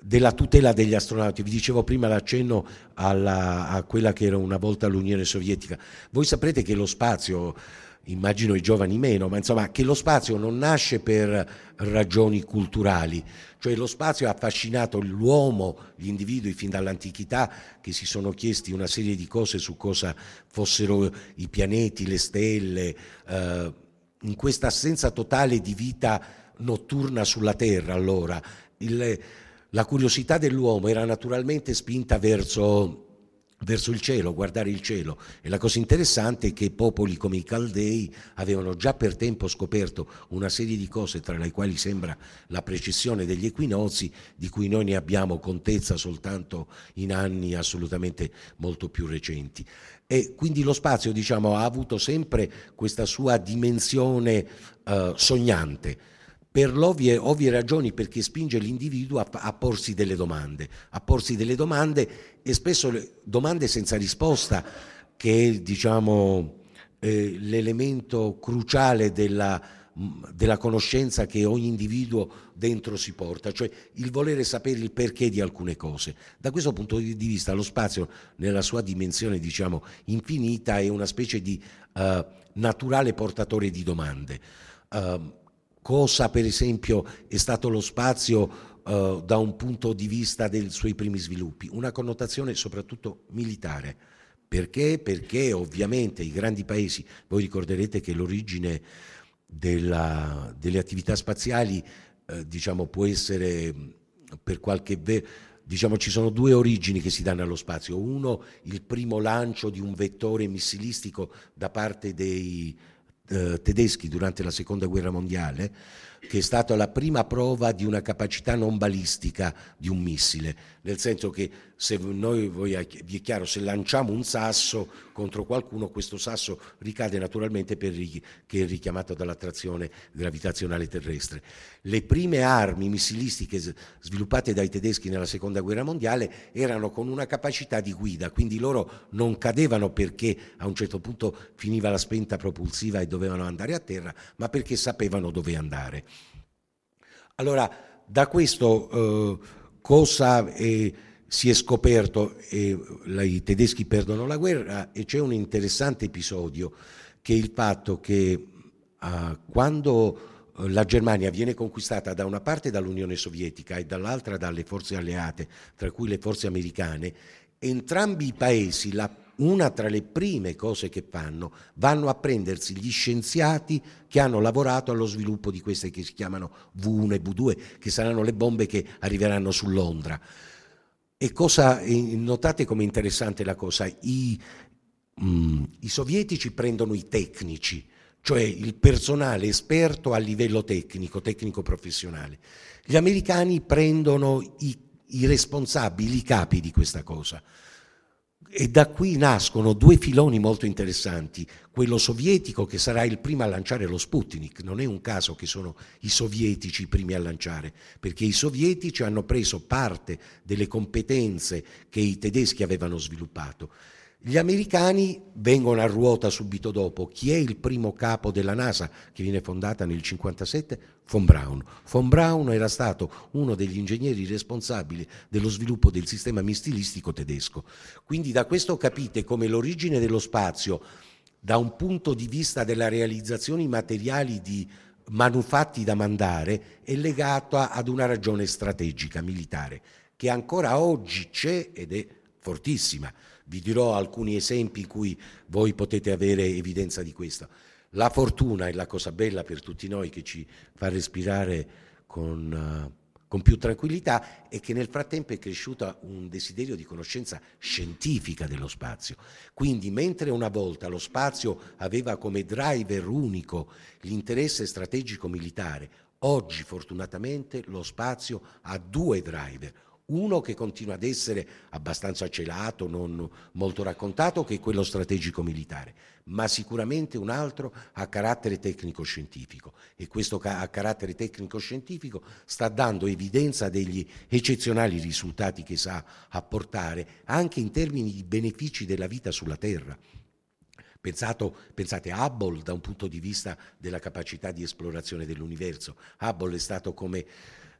della tutela degli astronauti. Vi dicevo prima l'accenno alla, a quella che era una volta l'Unione Sovietica. Voi saprete che lo spazio, immagino i giovani meno, ma insomma che lo spazio non nasce per ragioni culturali, cioè lo spazio ha affascinato l'uomo, gli individui fin dall'antichità, che si sono chiesti una serie di cose su cosa fossero i pianeti, le stelle, eh, in questa assenza totale di vita notturna sulla Terra. Allora il, la curiosità dell'uomo era naturalmente spinta verso verso il cielo, guardare il cielo, e la cosa interessante è che popoli come i Caldei avevano già per tempo scoperto una serie di cose, tra le quali sembra la precessione degli equinozi, di cui noi ne abbiamo contezza soltanto in anni assolutamente molto più recenti. E quindi lo spazio, diciamo, ha avuto sempre questa sua dimensione eh, sognante, per ovvie, ovvie ragioni, perché spinge l'individuo a, a porsi delle domande, a porsi delle domande e spesso le domande senza risposta, che è, diciamo, eh, l'elemento cruciale della, della conoscenza che ogni individuo dentro si porta, cioè il volere sapere il perché di alcune cose. Da questo punto di vista lo spazio, nella sua dimensione, diciamo, infinita, è una specie di uh, naturale portatore di domande. Uh, Cosa, per esempio, è stato lo spazio uh, da un punto di vista dei suoi primi sviluppi? Una connotazione soprattutto militare. Perché? Perché ovviamente i grandi paesi, voi ricorderete che l'origine della, delle attività spaziali, eh, diciamo, può essere per qualche... Ve- diciamo, ci sono due origini che si danno allo spazio. Uno, il primo lancio di un vettore missilistico da parte dei Eh, tedeschi durante la seconda guerra mondiale, che è stata la prima prova di una capacità non balistica di un missile, nel senso che se noi, voi, vi è chiaro, se lanciamo un sasso contro qualcuno, questo sasso ricade naturalmente perché è richiamato dall'attrazione gravitazionale terrestre. Le prime armi missilistiche sviluppate dai tedeschi nella seconda guerra mondiale erano con una capacità di guida, quindi loro non cadevano perché a un certo punto finiva la spenta propulsiva e dovevano andare a terra, ma perché sapevano dove andare. Allora, da questo eh, cosa eh, si è scoperto? Eh, I tedeschi perdono la guerra e c'è un interessante episodio, che è il fatto che eh, quando la Germania viene conquistata da una parte dall'Unione Sovietica e dall'altra dalle forze alleate, tra cui le forze americane, entrambi i paesi, la una tra le prime cose che fanno, vanno a prendersi gli scienziati che hanno lavorato allo sviluppo di queste che si chiamano V uno e V due, che saranno le bombe che arriveranno su Londra. E cosa, notate come interessante la cosa, i, mm, i sovietici prendono i tecnici, cioè il personale esperto a livello tecnico, tecnico professionale. Gli americani prendono i, i responsabili, i capi di questa cosa. E da qui nascono due filoni molto interessanti, quello sovietico, che sarà il primo a lanciare lo Sputnik. Non è un caso che sono i sovietici i primi a lanciare, perché i sovietici hanno preso parte delle competenze che i tedeschi avevano sviluppato. Gli americani vengono a ruota subito dopo. Chi è il primo capo della NASA, che viene fondata nel cinquantasette? Von Braun. Von Braun era stato uno degli ingegneri responsabili dello sviluppo del sistema missilistico tedesco. Quindi da questo capite come l'origine dello spazio, da un punto di vista della realizzazione materiali di manufatti da mandare, è legata ad una ragione strategica militare, che ancora oggi c'è ed è fortissima. Vi dirò alcuni esempi in cui voi potete avere evidenza di questo. La fortuna è la cosa bella per tutti noi, che ci fa respirare con, uh, con più tranquillità, e che nel frattempo è cresciuto un desiderio di conoscenza scientifica dello spazio. Quindi mentre una volta lo spazio aveva come driver unico l'interesse strategico militare, oggi fortunatamente lo spazio ha due driver. Uno che continua ad essere abbastanza celato, non molto raccontato, che è quello strategico militare, ma sicuramente un altro a carattere tecnico-scientifico, e questo a carattere tecnico-scientifico sta dando evidenza degli eccezionali risultati che sa apportare anche in termini di benefici della vita sulla Terra. Pensato, pensate a Hubble da un punto di vista della capacità di esplorazione dell'universo. Hubble è stato come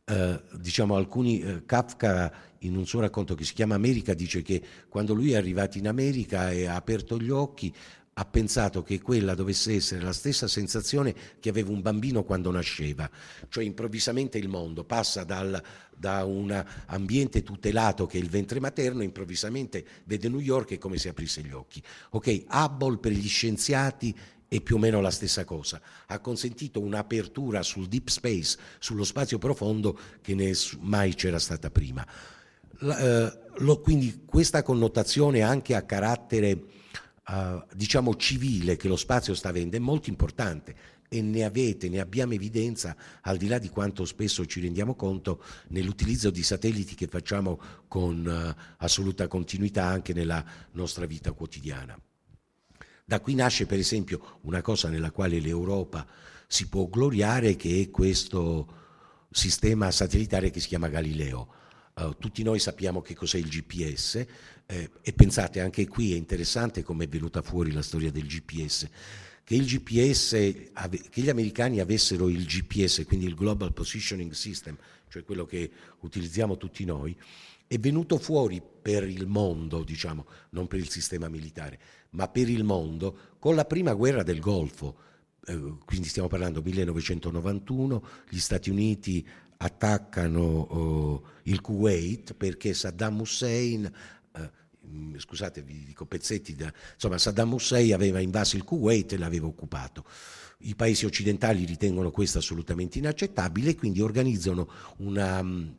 eh, diciamo alcuni, eh, Kafka in un suo racconto che si chiama America dice che quando lui è arrivato in America e ha aperto gli occhi ha pensato che quella dovesse essere la stessa sensazione che aveva un bambino quando nasceva, cioè improvvisamente il mondo passa dal, da un ambiente tutelato che è il ventre materno, improvvisamente vede New York e come se aprisse gli occhi. Ok, Hubble per gli scienziati è più o meno la stessa cosa, ha consentito un'apertura sul deep space, sullo spazio profondo che ne mai c'era stata prima. La, eh, lo, quindi questa connotazione anche a carattere Uh, diciamo civile che lo spazio sta avendo è molto importante e ne avete, ne abbiamo evidenza al di là di quanto spesso ci rendiamo conto nell'utilizzo di satelliti che facciamo con uh, assoluta continuità anche nella nostra vita quotidiana. Da qui nasce per esempio una cosa nella quale l'Europa si può gloriare, che è questo sistema satellitare che si chiama Galileo. Uh, tutti noi sappiamo che cos'è il G P S, eh, e pensate, anche qui è interessante come è venuta fuori la storia del G P S, che il G P S, che gli americani avessero il G P S, quindi il Global Positioning System, cioè quello che utilizziamo tutti noi, è venuto fuori per il mondo, diciamo, non per il sistema militare, ma per il mondo con la prima guerra del Golfo, eh, quindi stiamo parlando millenovecentonovantuno, gli Stati Uniti attaccano oh, il Kuwait perché Saddam Hussein, eh, scusate vi dico pezzetti, da, insomma Saddam Hussein aveva invaso il Kuwait e l'aveva occupato. I paesi occidentali ritengono questo assolutamente inaccettabile e quindi organizzano una,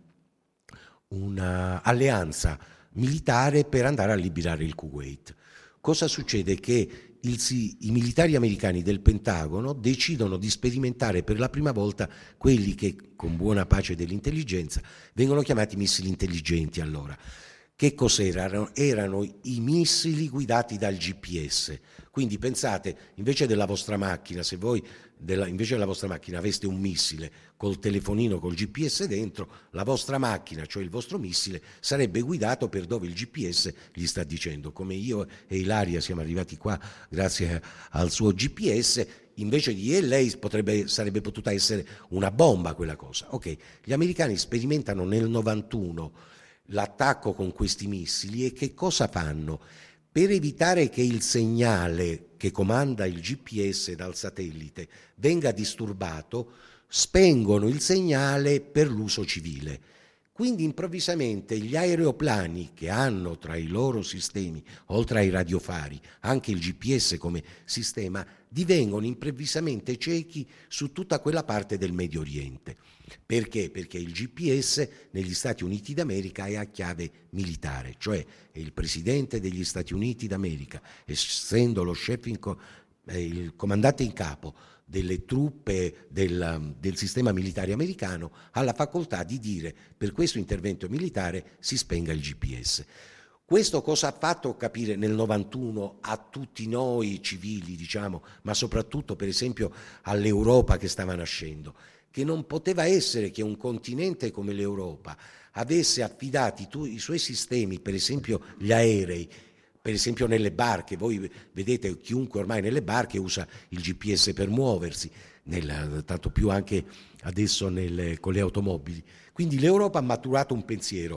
una alleanza militare per andare a liberare il Kuwait. Cosa succede? Che Il, i militari americani del Pentagono decidono di sperimentare per la prima volta quelli che, con buona pace dell'intelligenza, vengono chiamati missili intelligenti allora. Che cos'erano? Erano i missili guidati dal G P S. Quindi pensate, invece della vostra macchina, se voi della, invece della vostra macchina aveste un missile col telefonino col G P S dentro, la vostra macchina, cioè il vostro missile, sarebbe guidato per dove il G P S gli sta dicendo. Come io e Ilaria siamo arrivati qua grazie al suo G P S, invece di lei potrebbe, sarebbe potuta essere una bomba quella cosa. Ok, gli americani sperimentano nel novantuno l'attacco con questi missili e che cosa fanno? Per evitare che il segnale che comanda il G P S dal satellite venga disturbato, spengono il segnale per l'uso civile. Quindi improvvisamente gli aeroplani che hanno tra i loro sistemi, oltre ai radiofari, anche il G P S come sistema, divengono improvvisamente ciechi su tutta quella parte del Medio Oriente. Perché? Perché il G P S negli Stati Uniti d'America è a chiave militare, cioè è il presidente degli Stati Uniti d'America, essendo lo chef in co- eh, il comandante in capo delle truppe del, del sistema militare americano, ha la facoltà di dire per questo intervento militare si spenga il G P S. Questo cosa ha fatto capire nel novantuno a tutti noi civili, diciamo, ma soprattutto per esempio all'Europa che stava nascendo? Che non poteva essere che un continente come l'Europa avesse affidati tu, i suoi sistemi, per esempio gli aerei, per esempio nelle barche. Voi vedete chiunque ormai nelle barche usa il G P S per muoversi, nel, tanto più anche adesso nelle, con le automobili. Quindi l'Europa ha maturato un pensiero.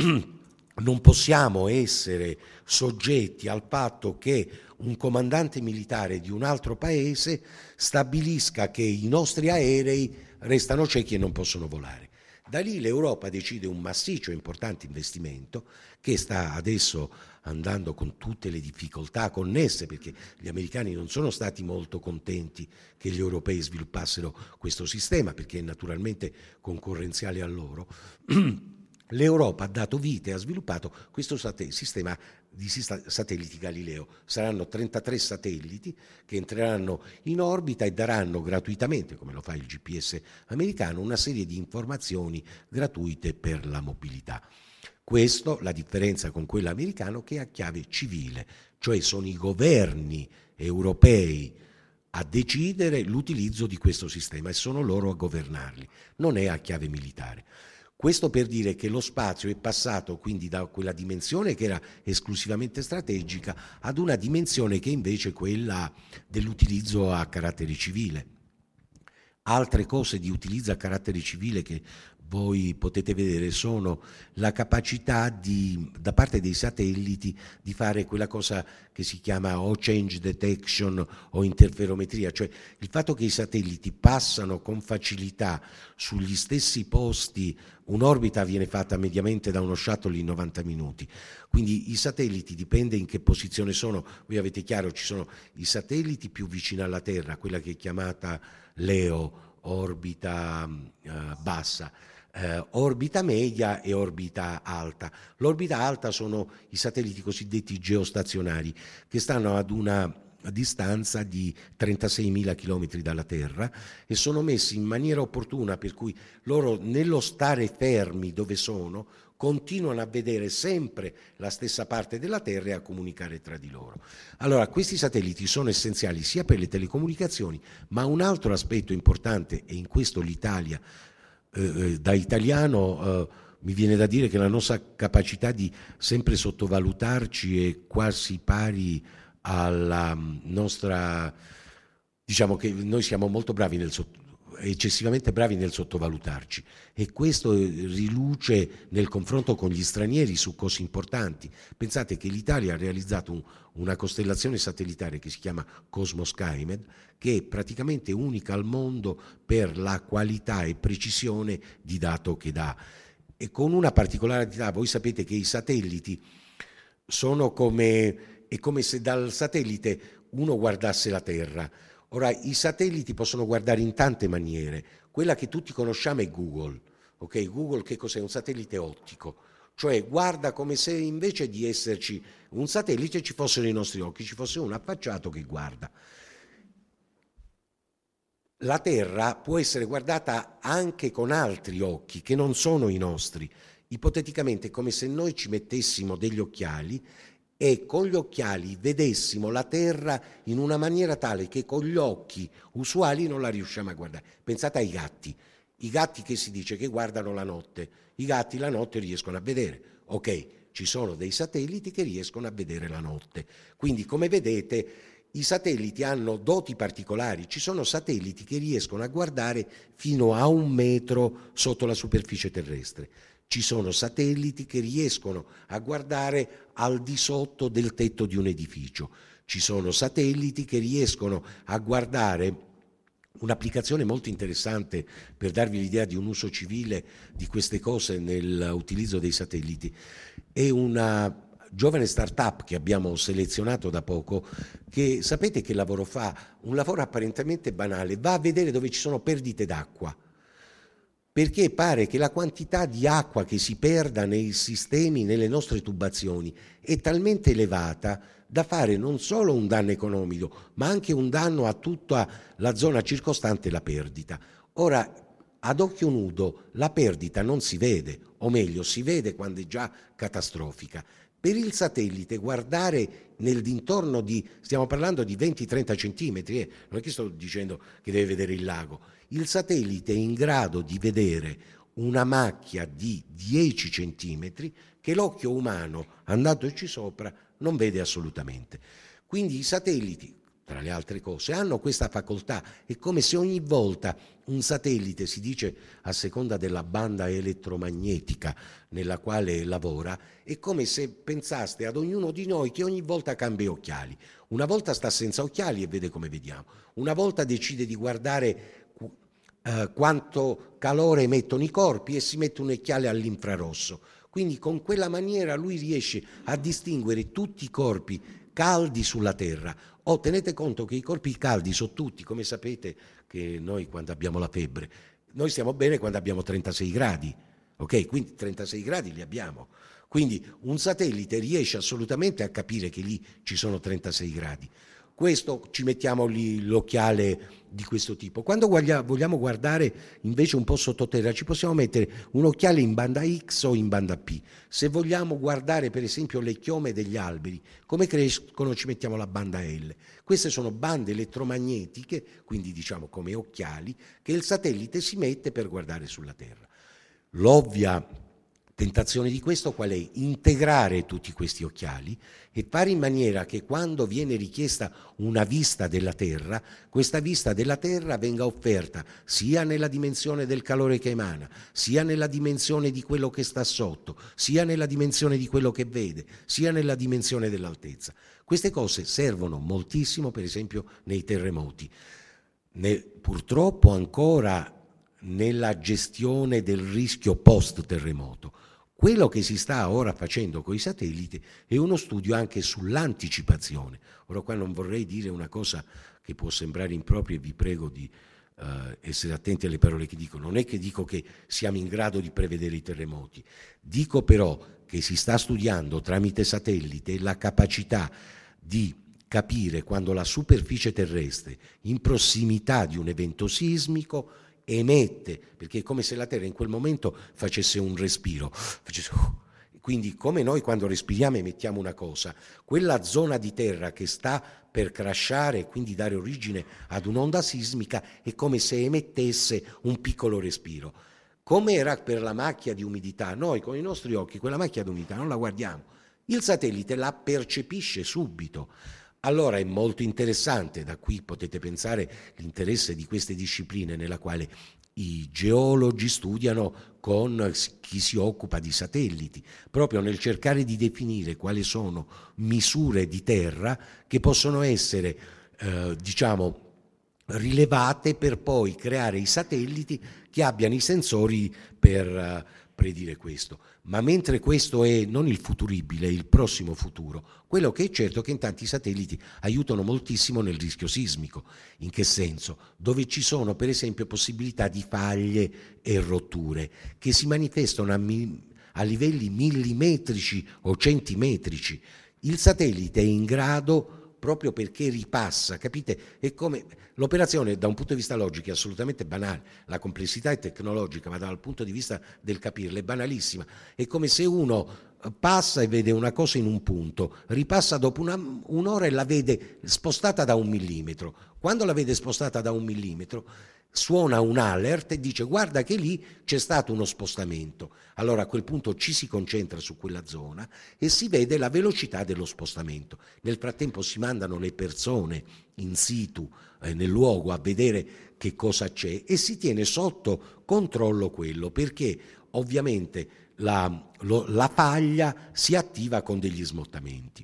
Non possiamo essere soggetti al fatto che un comandante militare di un altro paese stabilisca che i nostri aerei restano ciechi e non possono volare. Da lì l'Europa decide un massiccio e importante investimento che sta adesso andando con tutte le difficoltà connesse, perché gli americani non sono stati molto contenti che gli europei sviluppassero questo sistema, perché è naturalmente concorrenziale a loro. L'Europa ha dato vita e ha sviluppato questo sat- sistema di satelliti Galileo. Saranno trentatré satelliti che entreranno in orbita e daranno gratuitamente, come lo fa il G P S americano, una serie di informazioni gratuite per la mobilità. Questo, la differenza con quello americano, che è a chiave civile, cioè sono i governi europei a decidere l'utilizzo di questo sistema e sono loro a governarli, non è a chiave militare. Questo per dire che lo spazio è passato quindi da quella dimensione che era esclusivamente strategica ad una dimensione che invece è quella dell'utilizzo a carattere civile. Altre cose di utilizzo a carattere civile che voi potete vedere sono la capacità di, da parte dei satelliti di fare quella cosa che si chiama o change detection o interferometria, cioè il fatto che i satelliti passano con facilità sugli stessi posti. Un'orbita viene fatta mediamente da uno shuttle in novanta minuti, quindi i satelliti, dipende in che posizione sono. Voi avete chiaro, ci sono i satelliti più vicini alla Terra, quella che è chiamata LEO, orbita eh, bassa, eh, orbita media e orbita alta. L'orbita alta sono i satelliti cosiddetti geostazionari, che stanno ad una distanza di trentaseimila chilometri dalla Terra e sono messi in maniera opportuna, per cui loro, nello stare fermi dove sono, continuano a vedere sempre la stessa parte della Terra e a comunicare tra di loro. Allora, questi satelliti sono essenziali sia per le telecomunicazioni, ma un altro aspetto importante, e in questo l'Italia, eh, da italiano, eh, mi viene da dire che la nostra capacità di sempre sottovalutarci è quasi pari alla nostra, diciamo che noi siamo molto bravi nel sottovalutarci, eccessivamente bravi nel sottovalutarci, e questo riluce nel confronto con gli stranieri su cose importanti. Pensate che l'Italia ha realizzato un, una costellazione satellitare che si chiama Cosmos Skymed, che è praticamente unica al mondo per la qualità e precisione di dato che dà, e con una particolarità. Voi sapete che i satelliti sono come, è come se dal satellite uno guardasse la Terra. Ora, i satelliti possono guardare in tante maniere. Quella che tutti conosciamo è Google. Ok, Google che cos'è? Un satellite ottico, cioè guarda come se invece di esserci un satellite ci fossero i nostri occhi, ci fosse uno affacciato che guarda. La Terra può essere guardata anche con altri occhi che non sono i nostri. Ipoteticamente è come se noi ci mettessimo degli occhiali e con gli occhiali vedessimo la Terra in una maniera tale che con gli occhi usuali non la riusciamo a guardare. Pensate ai gatti, i gatti che si dice che guardano la notte, i gatti la notte riescono a vedere, ok, ci sono dei satelliti che riescono a vedere la notte, quindi come vedete i satelliti hanno doti particolari, ci sono satelliti che riescono a guardare fino a un metro sotto la superficie terrestre. Ci sono satelliti che riescono a guardare al di sotto del tetto di un edificio. Ci sono satelliti che riescono a guardare. Un'applicazione molto interessante per darvi l'idea di un uso civile di queste cose nell'utilizzo dei satelliti è una giovane startup che abbiamo selezionato da poco, che sapete che lavoro fa? Un lavoro apparentemente banale, va a vedere dove ci sono perdite d'acqua, perché pare che la quantità di acqua che si perda nei sistemi, nelle nostre tubazioni, è talmente elevata da fare non solo un danno economico, ma anche un danno a tutta la zona circostante la perdita. Ora, ad occhio nudo, la perdita non si vede, o meglio, si vede quando è già catastrofica. Per il satellite guardare nel dintorno di, stiamo parlando di venti trenta centimetri, eh, non è che sto dicendo che deve vedere il lago, il satellite è in grado di vedere una macchia di dieci centimetri che l'occhio umano, andandoci sopra, non vede assolutamente. Quindi i satelliti, tra le altre cose, hanno questa facoltà. È come se ogni volta un satellite, si dice a seconda della banda elettromagnetica nella quale lavora, è come se pensaste ad ognuno di noi che ogni volta cambia occhiali. Una volta sta senza occhiali e vede come vediamo, una volta decide di guardare eh, quanto calore emettono i corpi e si mette un occhiale all'infrarosso. Quindi con quella maniera lui riesce a distinguere tutti i corpi caldi sulla Terra. Oh, tenete conto che i corpi caldi sono tutti, come sapete che noi quando abbiamo la febbre, noi stiamo bene quando abbiamo trentasei gradi, ok? Quindi trentasei gradi li abbiamo. Quindi un satellite riesce assolutamente a capire che lì ci sono trentasei gradi. Questo ci mettiamo lì l'occhiale di questo tipo. Quando vogliamo guardare invece un po' sottoterra ci possiamo mettere un occhiale in banda X o in banda P. Se vogliamo guardare per esempio le chiome degli alberi, come crescono, ci mettiamo la banda L. Queste sono bande elettromagnetiche, quindi diciamo come occhiali, che il satellite si mette per guardare sulla Terra. L'ovvia tentazione di questo qual è? Integrare tutti questi occhiali e fare in maniera che quando viene richiesta una vista della Terra, questa vista della Terra venga offerta sia nella dimensione del calore che emana, sia nella dimensione di quello che sta sotto, sia nella dimensione di quello che vede, sia nella dimensione dell'altezza. Queste cose servono moltissimo, per esempio, nei terremoti. Ne, purtroppo ancora nella gestione del rischio post-terremoto. Quello che si sta ora facendo con i satelliti è uno studio anche sull'anticipazione. Ora qua non vorrei dire una cosa che può sembrare impropria e vi prego di uh, essere attenti alle parole che dico. Non è che dico che siamo in grado di prevedere i terremoti, dico però che si sta studiando tramite satellite la capacità di capire quando la superficie terrestre in prossimità di un evento sismico emette, perché è come se la Terra in quel momento facesse un respiro, facesse, uh, quindi come noi quando respiriamo emettiamo una cosa, quella zona di terra che sta per crashare e quindi dare origine ad un'onda sismica è come se emettesse un piccolo respiro. Come era per la macchia di umidità, noi con i nostri occhi quella macchia di umidità non la guardiamo, il satellite la percepisce subito. Allora è molto interessante, da qui potete pensare l'interesse di queste discipline nella quale i geologi studiano con chi si occupa di satelliti, proprio nel cercare di definire quali sono misure di terra che possono essere, eh, diciamo, rilevate per poi creare i satelliti che abbiano i sensori per uh, predire questo. Ma mentre questo è non il futuribile, il prossimo futuro, quello che è certo è che intanto i satelliti aiutano moltissimo nel rischio sismico. In che senso? Dove ci sono per esempio possibilità di faglie e rotture che si manifestano a, mi- a livelli millimetrici o centimetrici. Il satellite è in grado, proprio perché ripassa, capite? È come l'operazione da un punto di vista logico è assolutamente banale, la complessità è tecnologica, ma dal punto di vista del capirla è banalissima. È come se uno passa e vede una cosa in un punto, ripassa dopo una, un'ora e la vede spostata da un millimetro. Quando la vede spostata da un millimetro suona un alert e dice guarda che lì c'è stato uno spostamento. Allora a quel punto ci si concentra su quella zona e si vede la velocità dello spostamento. Nel frattempo si mandano le persone in situ, eh, nel luogo, a vedere che cosa c'è e si tiene sotto controllo quello, perché ovviamente la, lo, la faglia si attiva con degli smottamenti.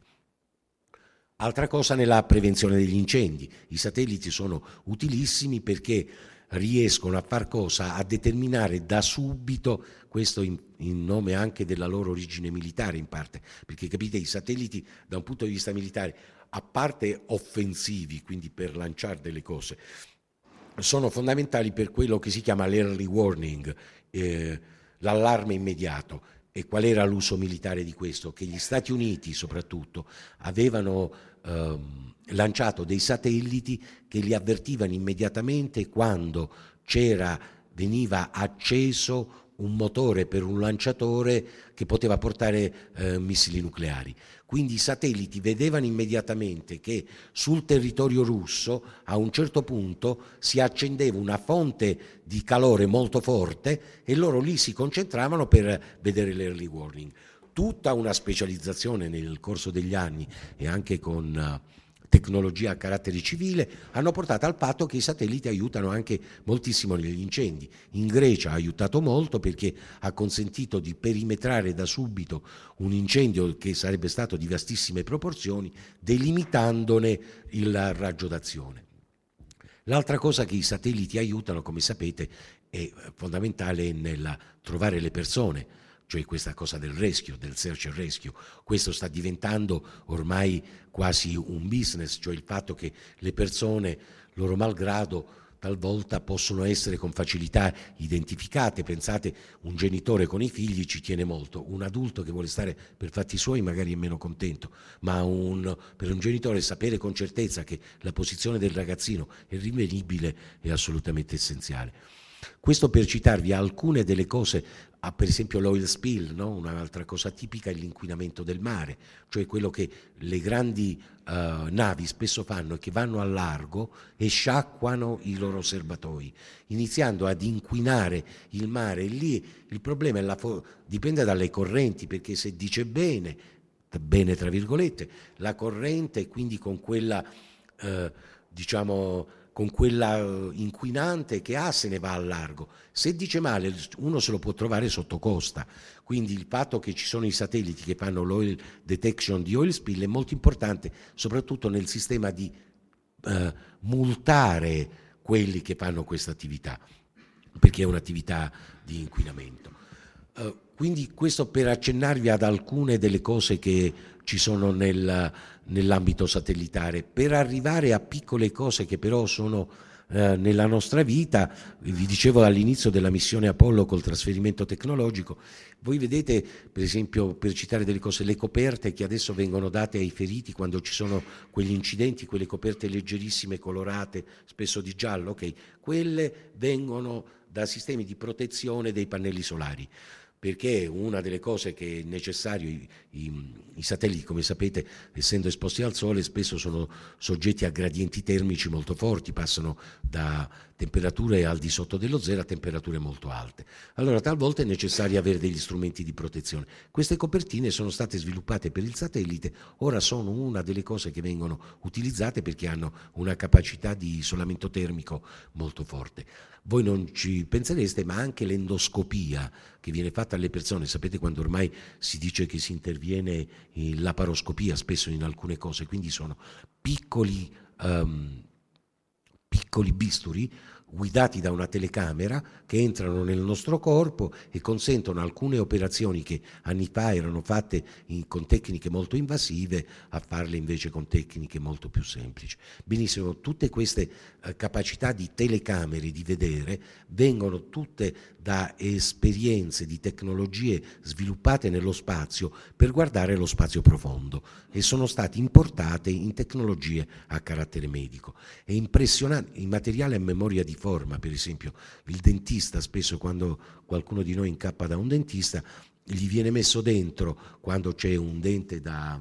Altra cosa nella prevenzione degli incendi. I satelliti sono utilissimi perché riescono a far cosa? A determinare da subito, questo in, in nome anche della loro origine militare in parte, perché capite i satelliti da un punto di vista militare, a parte offensivi, quindi per lanciare delle cose, sono fondamentali per quello che si chiama l'early warning, eh, l'allarme immediato. E qual era l'uso militare di questo? Che gli Stati Uniti soprattutto avevano ehm, lanciato dei satelliti che li avvertivano immediatamente quando c'era, veniva acceso un motore per un lanciatore che poteva portare eh, missili nucleari. Quindi i satelliti vedevano immediatamente che sul territorio russo a un certo punto si accendeva una fonte di calore molto forte e loro lì si concentravano per vedere l'early warning. Tutta una specializzazione nel corso degli anni e anche con uh, tecnologia a carattere civile hanno portato al fatto che i satelliti aiutano anche moltissimo negli incendi. In Grecia ha aiutato molto perché ha consentito di perimetrare da subito un incendio che sarebbe stato di vastissime proporzioni, delimitandone il raggio d'azione. L'altra cosa che i satelliti aiutano, come sapete, è fondamentale nel trovare le persone, cioè questa cosa del rescue, del search and rescue. Questo sta diventando ormai quasi un business, cioè il fatto che le persone, loro malgrado, talvolta possono essere con facilità identificate. Pensate, un genitore con i figli ci tiene molto, un adulto che vuole stare per fatti suoi magari è meno contento, ma un, per un genitore sapere con certezza che la posizione del ragazzino è rinvenibile è assolutamente essenziale. Questo per citarvi alcune delle cose, ah, per esempio l'oil spill, no? Un'altra cosa tipica è l'inquinamento del mare, cioè quello che le grandi uh, navi spesso fanno è che vanno al largo e sciacquano i loro serbatoi, iniziando ad inquinare il mare. E lì il problema è la fo- dipende dalle correnti, perché se dice bene, bene tra virgolette, la corrente, quindi con quella, eh, diciamo, con quella inquinante che ha, se ne va al largo. Se dice male, uno se lo può trovare sotto costa. Quindi il fatto che ci sono i satelliti che fanno l'oil detection di oil spill è molto importante, soprattutto nel sistema di eh, multare quelli che fanno questa attività, perché è un'attività di inquinamento. Uh, quindi questo per accennarvi ad alcune delle cose che ci sono nel, nell'ambito satellitare, per arrivare a piccole cose che però sono uh, nella nostra vita. Vi dicevo all'inizio della missione Apollo col trasferimento tecnologico, voi vedete per esempio, per citare delle cose, le coperte che adesso vengono date ai feriti quando ci sono quegli incidenti, quelle coperte leggerissime colorate, spesso di giallo, ok, quelle vengono da sistemi di protezione dei pannelli solari, perché una delle cose che è necessario, i, i, i satelliti, come sapete, essendo esposti al sole, spesso sono soggetti a gradienti termici molto forti, passano da temperature al di sotto dello zero a temperature molto alte. Allora talvolta è necessario avere degli strumenti di protezione. Queste copertine sono state sviluppate per il satellite, ora sono una delle cose che vengono utilizzate perché hanno una capacità di isolamento termico molto forte. Voi non ci pensereste, ma anche l'endoscopia che viene fatta alle persone, sapete quando ormai si dice che si interviene in laparoscopia spesso in alcune cose, quindi sono piccoli, um, piccoli bisturi guidati da una telecamera che entrano nel nostro corpo e consentono alcune operazioni che anni fa erano fatte in, con tecniche molto invasive a farle invece con tecniche molto più semplici. Benissimo, tutte queste eh, capacità di telecamere di vedere vengono tutte da esperienze di tecnologie sviluppate nello spazio per guardare lo spazio profondo e sono state importate in tecnologie a carattere medico. È impressionante, il materiale a memoria di forma, per esempio il dentista, spesso quando qualcuno di noi incappa da un dentista, gli viene messo dentro, quando c'è un dente da,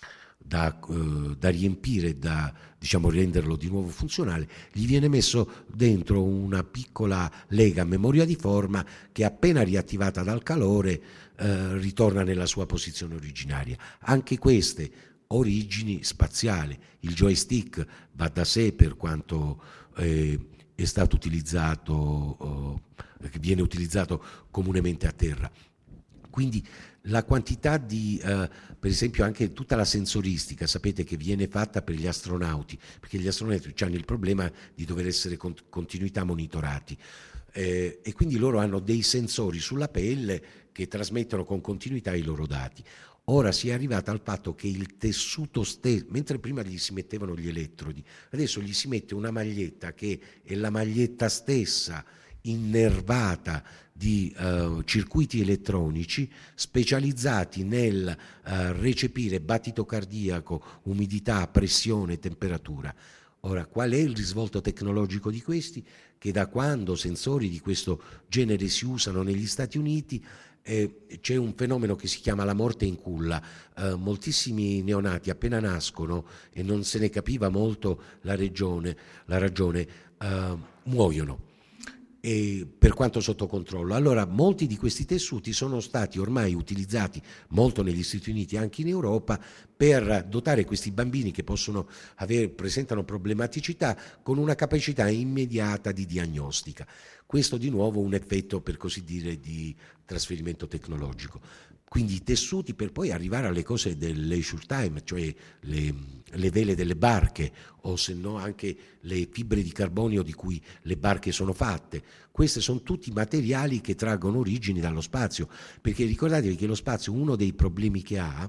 da, uh, da riempire, da diciamo renderlo di nuovo funzionale, gli viene messo dentro una piccola lega a memoria di forma che appena riattivata dal calore uh, ritorna nella sua posizione originaria. Anche queste origini spaziali. Il joystick va da sé per quanto eh, è stato utilizzato, eh, che viene utilizzato comunemente a terra. Quindi la quantità di, eh, per esempio anche tutta la sensoristica, sapete che viene fatta per gli astronauti, perché gli astronauti hanno il problema di dover essere con continuità monitorati. Eh, e quindi loro hanno dei sensori sulla pelle che trasmettono con continuità i loro dati. Ora si è arrivata al fatto che il tessuto stesso, mentre prima gli si mettevano gli elettrodi, adesso gli si mette una maglietta che è la maglietta stessa innervata di uh, circuiti elettronici specializzati nel uh, recepire battito cardiaco, umidità, pressione, temperatura. Ora, qual è il risvolto tecnologico di questi? Che da quando sensori di questo genere si usano negli Stati Uniti eh, c'è un fenomeno che si chiama la morte in culla. Eh, moltissimi neonati appena nascono, e non se ne capiva molto la, regione, la ragione, eh, muoiono. E per quanto sotto controllo. Allora molti di questi tessuti sono stati ormai utilizzati molto negli Stati Uniti, anche in Europa, per dotare questi bambini che possono avere, presentano problematicità con una capacità immediata di diagnostica. Questo di nuovo un effetto, per così dire, di trasferimento tecnologico. Quindi i tessuti per poi arrivare alle cose del leisure time, cioè le, le vele delle barche o se no anche le fibre di carbonio di cui le barche sono fatte. Questi sono tutti materiali che traggono origini dallo spazio, perché ricordatevi che lo spazio, uno dei problemi che ha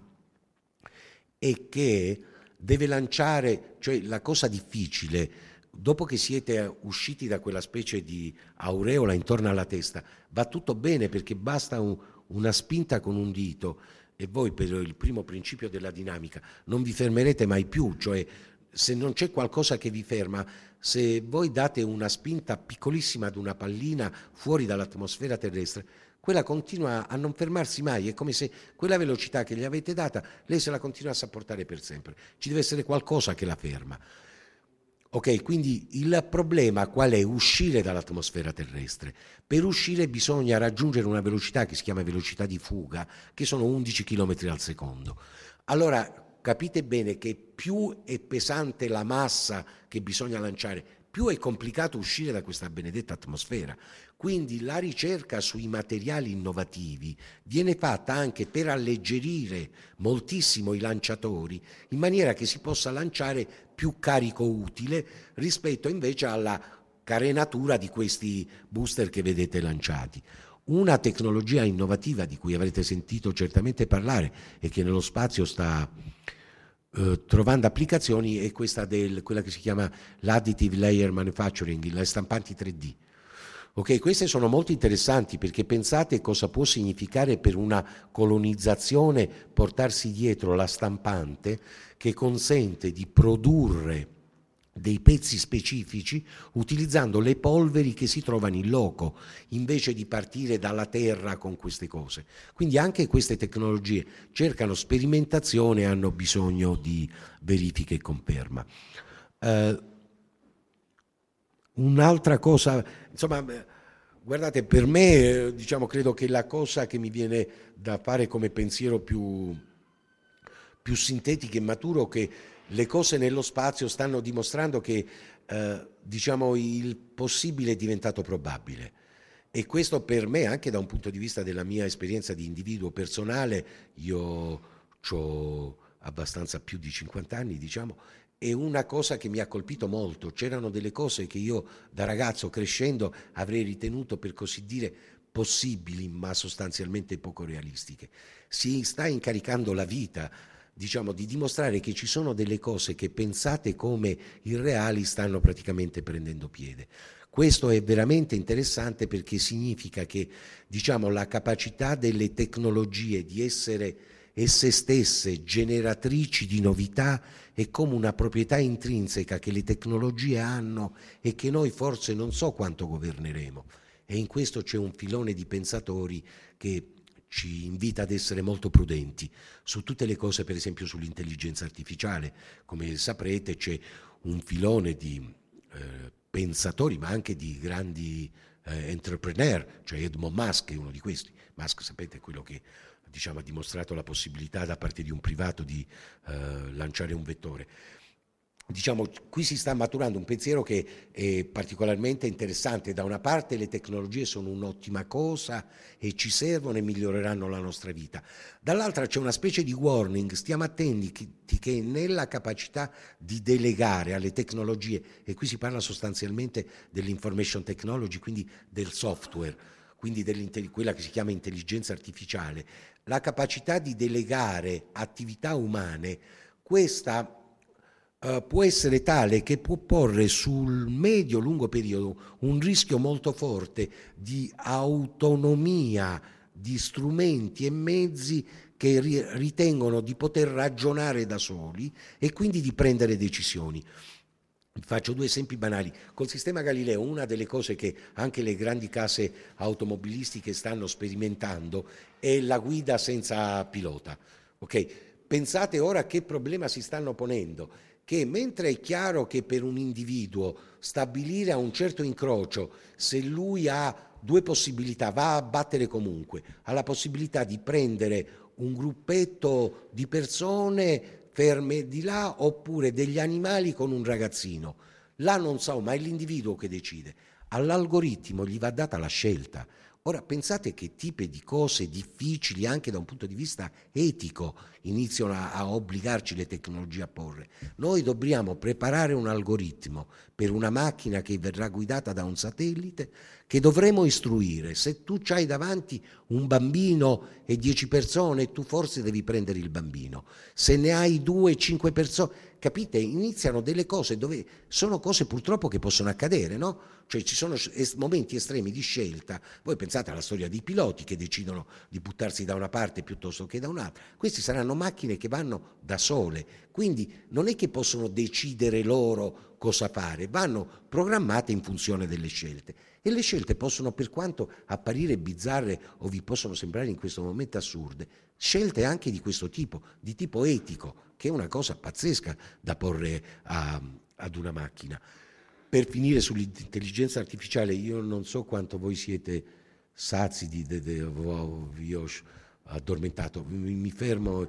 è che deve lanciare, cioè la cosa difficile, dopo che siete usciti da quella specie di aureola intorno alla testa, va tutto bene perché basta un una spinta con un dito e voi per il primo principio della dinamica non vi fermerete mai più, cioè se non c'è qualcosa che vi ferma, se voi date una spinta piccolissima ad una pallina fuori dall'atmosfera terrestre, quella continua a non fermarsi mai, è come se quella velocità che gli avete data, lei se la continuasse a portare per sempre. Ci deve essere qualcosa che la ferma. Ok, quindi il problema qual è? Uscire dall'atmosfera terrestre. Per uscire bisogna raggiungere una velocità che si chiama velocità di fuga, che sono undici chilometri al secondo. Allora, capite bene che più è pesante la massa che bisogna lanciare, più è complicato uscire da questa benedetta atmosfera. Quindi la ricerca sui materiali innovativi viene fatta anche per alleggerire moltissimo i lanciatori, in maniera che si possa lanciare più carico utile rispetto invece alla carenatura di questi booster che vedete lanciati. Una tecnologia innovativa di cui avrete sentito certamente parlare e che nello spazio sta eh, trovando applicazioni è questa del, quella che si chiama l'additive layer manufacturing, le stampanti tre D. Ok, queste sono molto interessanti perché pensate cosa può significare per una colonizzazione portarsi dietro la stampante che consente di produrre dei pezzi specifici utilizzando le polveri che si trovano in loco invece di partire dalla terra con queste cose. Quindi anche queste tecnologie cercano sperimentazione e hanno bisogno di verifiche e conferma. Uh, un'altra cosa, insomma, guardate, per me, diciamo, credo che la cosa che mi viene da fare come pensiero più, più sintetico e maturo che le cose nello spazio stanno dimostrando che eh, diciamo, il possibile è diventato probabile, e questo per me anche da un punto di vista della mia esperienza di individuo personale. Io ho abbastanza più di cinquanta anni, diciamo, e una cosa che mi ha colpito molto: c'erano delle cose che io da ragazzo crescendo avrei ritenuto per così dire possibili ma sostanzialmente poco realistiche. Si sta incaricando la vita, diciamo, di dimostrare che ci sono delle cose che pensate come irreali stanno praticamente prendendo piede. Questo è veramente interessante perché significa che, diciamo, la capacità delle tecnologie di essere esse stesse generatrici di novità è come una proprietà intrinseca che le tecnologie hanno e che noi forse non so quanto governeremo. E in questo c'è un filone di pensatori che ci invita ad essere molto prudenti su tutte le cose, per esempio sull'intelligenza artificiale. Come saprete c'è un filone di eh, pensatori, ma anche di grandi eh, entrepreneur, cioè Edmond Musk è uno di questi. Musk, sapete, è quello che, diciamo, ha dimostrato la possibilità da parte di un privato di eh, lanciare un vettore. Diciamo, qui si sta maturando un pensiero che è particolarmente interessante. Da una parte le tecnologie sono un'ottima cosa e ci servono e miglioreranno la nostra vita, dall'altra c'è una specie di warning: stiamo attenti che nella capacità di delegare alle tecnologie, e qui si parla sostanzialmente dell'information technology, quindi del software, quindi quella che si chiama intelligenza artificiale, la capacità di delegare attività umane, questa Uh, può essere tale che può porre sul medio-lungo periodo un rischio molto forte di autonomia di strumenti e mezzi che ri- ritengono di poter ragionare da soli e quindi di prendere decisioni. Faccio due esempi banali. Col sistema Galileo, una delle cose che anche le grandi case automobilistiche stanno sperimentando è la guida senza pilota. Okay? Pensate ora che problema si stanno ponendo, che mentre è chiaro che per un individuo stabilire a un certo incrocio, se lui ha due possibilità, va a battere comunque, ha la possibilità di prendere un gruppetto di persone ferme di là oppure degli animali con un ragazzino. Là non so, ma è l'individuo che decide. All'algoritmo gli va data la scelta. Ora pensate che tipi di cose difficili anche da un punto di vista etico iniziano a, a obbligarci le tecnologie a porre. Noi dobbiamo preparare un algoritmo per una macchina che verrà guidata da un satellite che dovremo istruire. Se tu c'hai davanti un bambino e dieci persone, tu forse devi prendere il bambino. Se ne hai due, cinque persone, capite, iniziano delle cose dove sono cose purtroppo che possono accadere, no? Cioè ci sono es- momenti estremi di scelta. Voi pensate alla storia dei piloti che decidono di buttarsi da una parte piuttosto che da un'altra. Queste saranno macchine che vanno da sole, quindi non è che possono decidere loro cosa fare, vanno programmate in funzione delle scelte. E le scelte possono, per quanto apparire bizzarre o vi possono sembrare in questo momento assurde, scelte anche di questo tipo, di tipo etico, che è una cosa pazzesca da porre a, ad una macchina. Per finire sull'intelligenza artificiale, io non so quanto voi siete sazi di, di, di oh, vi ho addormentato, mi, mi fermo.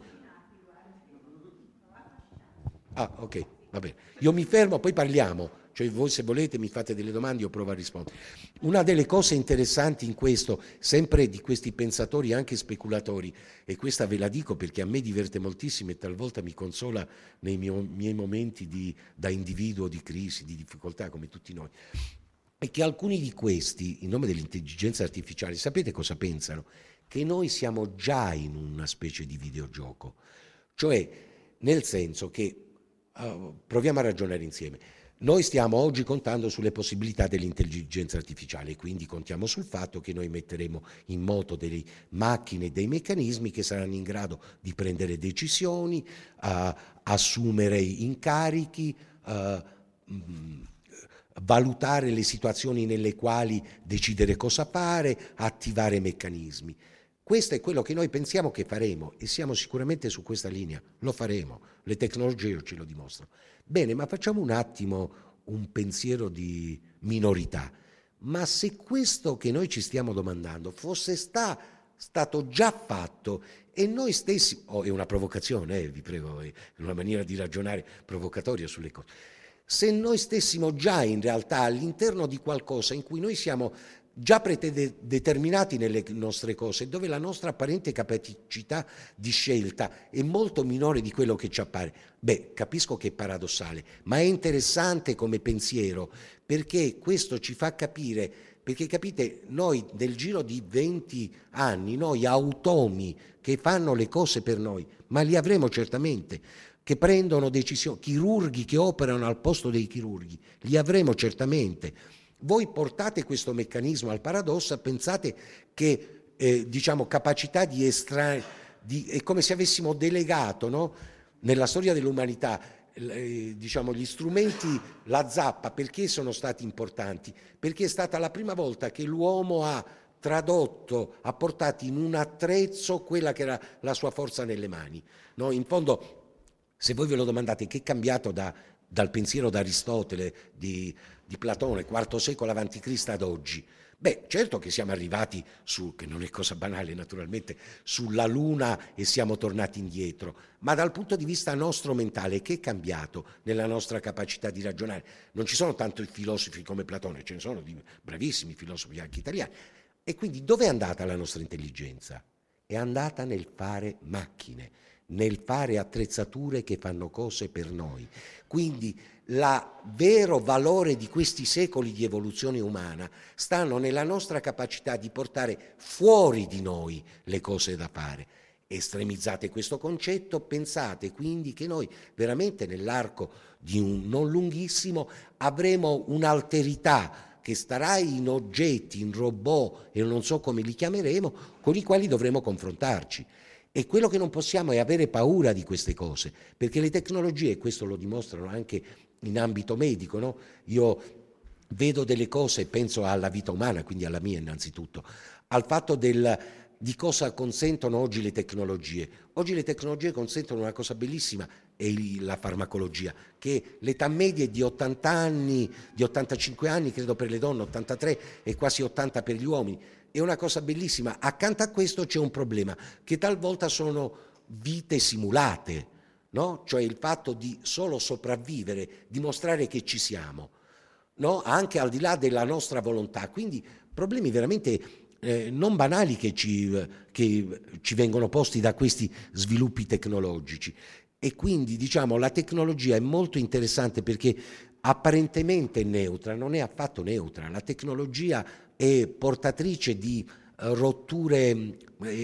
Ah, ok, va bene. Io mi fermo, poi parliamo. Cioè voi se volete mi fate delle domande, io provo a rispondere. Una delle cose interessanti in questo, sempre di questi pensatori anche speculatori, e questa ve la dico perché a me diverte moltissimo e talvolta mi consola nei miei, miei momenti di, da individuo di crisi, di difficoltà come tutti noi, è che alcuni di questi, in nome dell'intelligenza artificiale, sapete cosa pensano? Che noi siamo già in una specie di videogioco, cioè nel senso che, uh, proviamo a ragionare insieme. Noi stiamo oggi contando sulle possibilità dell'intelligenza artificiale, quindi contiamo sul fatto che noi metteremo in moto delle macchine e dei meccanismi che saranno in grado di prendere decisioni, uh, assumere incarichi, uh, mh, valutare le situazioni nelle quali decidere cosa fare, attivare meccanismi. Questo è quello che noi pensiamo che faremo e siamo sicuramente su questa linea, lo faremo, le tecnologie ce lo dimostrano. Bene, ma facciamo un attimo un pensiero di minorità. Ma se questo che noi ci stiamo domandando fosse sta, stato già fatto e noi stessi, oh, è una provocazione, eh, vi prego, è una maniera di ragionare provocatoria sulle cose, se noi stessimo già in realtà all'interno di qualcosa in cui noi siamo già predeterminati nelle nostre cose, dove la nostra apparente capacità di scelta è molto minore di quello che ci appare. Beh, capisco che è paradossale, ma è interessante come pensiero, perché questo ci fa capire, perché capite, noi nel giro di venti anni, noi automi che fanno le cose per noi, ma li avremo certamente, che prendono decisioni, chirurghi che operano al posto dei chirurghi, li avremo certamente. Voi portate questo meccanismo al paradosso, pensate che eh, diciamo capacità di estrarre, è come se avessimo delegato, no? Nella storia dell'umanità, eh, diciamo gli strumenti, la zappa, perché sono stati importanti? Perché è stata la prima volta che l'uomo ha tradotto, ha portato in un attrezzo quella che era la sua forza nelle mani, no? In fondo, se voi ve lo domandate che è cambiato da, dal pensiero d'Aristotele, di di Platone, quarto secolo avanti Cristo ad oggi. Beh, certo che siamo arrivati su, che non è cosa banale naturalmente, sulla Luna e siamo tornati indietro, ma dal punto di vista nostro mentale, che è cambiato nella nostra capacità di ragionare? Non ci sono tanto filosofi come Platone, ce ne sono di bravissimi filosofi anche italiani. E quindi dove è andata la nostra intelligenza? È andata nel fare macchine, nel fare attrezzature che fanno cose per noi. Quindi il vero valore di questi secoli di evoluzione umana stanno nella nostra capacità di portare fuori di noi le cose da fare. Estremizzate questo concetto, pensate quindi che noi veramente nell'arco di un non lunghissimo avremo un'alterità che starà in oggetti, in robot e non so come li chiameremo, con i quali dovremo confrontarci. E quello che non possiamo è avere paura di queste cose, perché le tecnologie, e questo lo dimostrano anche in ambito medico, no? Io vedo delle cose e penso alla vita umana, quindi alla mia innanzitutto, al fatto del, di cosa consentono oggi le tecnologie. Oggi le tecnologie consentono una cosa bellissima, è la farmacologia, che l'età media è di ottanta anni, di ottantacinque anni, credo per le donne, ottantatré e quasi ottanta per gli uomini. È una cosa bellissima. Accanto a questo c'è un problema, che talvolta sono vite simulate, no? Cioè il fatto di solo sopravvivere, dimostrare che ci siamo, no? Anche al di là della nostra volontà. Quindi problemi veramente eh, non banali che ci, che ci vengono posti da questi sviluppi tecnologici. E quindi diciamo la tecnologia è molto interessante perché apparentemente neutra, non è affatto neutra. La tecnologia è portatrice di uh, rotture, eh,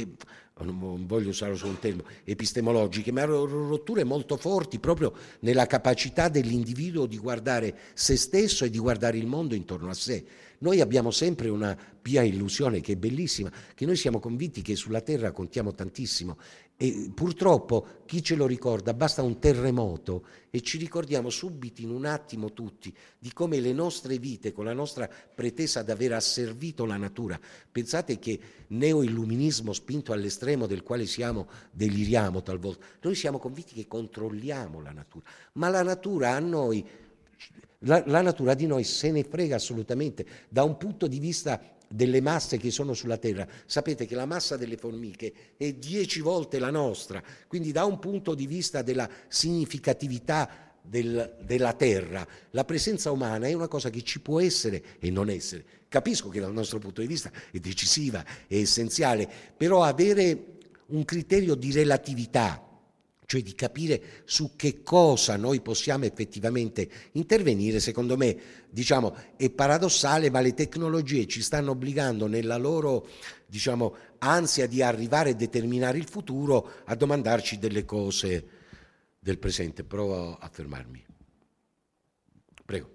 non voglio usare solo un termine, epistemologiche, ma rotture molto forti proprio nella capacità dell'individuo di guardare se stesso e di guardare il mondo intorno a sé. Noi abbiamo sempre una pia illusione che è bellissima, che noi siamo convinti che sulla Terra contiamo tantissimo e purtroppo chi ce lo ricorda, basta un terremoto e ci ricordiamo subito in un attimo tutti di come le nostre vite, con la nostra pretesa di aver asservito la natura. Pensate che neoilluminismo spinto all'estremo del quale siamo, deliriamo talvolta, noi siamo convinti che controlliamo la natura, ma la natura a noi, la, la natura di noi se ne frega assolutamente da un punto di vista delle masse che sono sulla Terra. Sapete che la massa delle formiche è dieci volte la nostra, quindi da un punto di vista della significatività del, della Terra, la presenza umana è una cosa che ci può essere e non essere. Capisco che dal nostro punto di vista è decisiva, è essenziale, però avere un criterio di relatività, cioè di capire su che cosa noi possiamo effettivamente intervenire, secondo me, diciamo, è paradossale, ma le tecnologie ci stanno obbligando nella loro, diciamo, ansia di arrivare a determinare il futuro a domandarci delle cose del presente. Provo a fermarmi. Prego.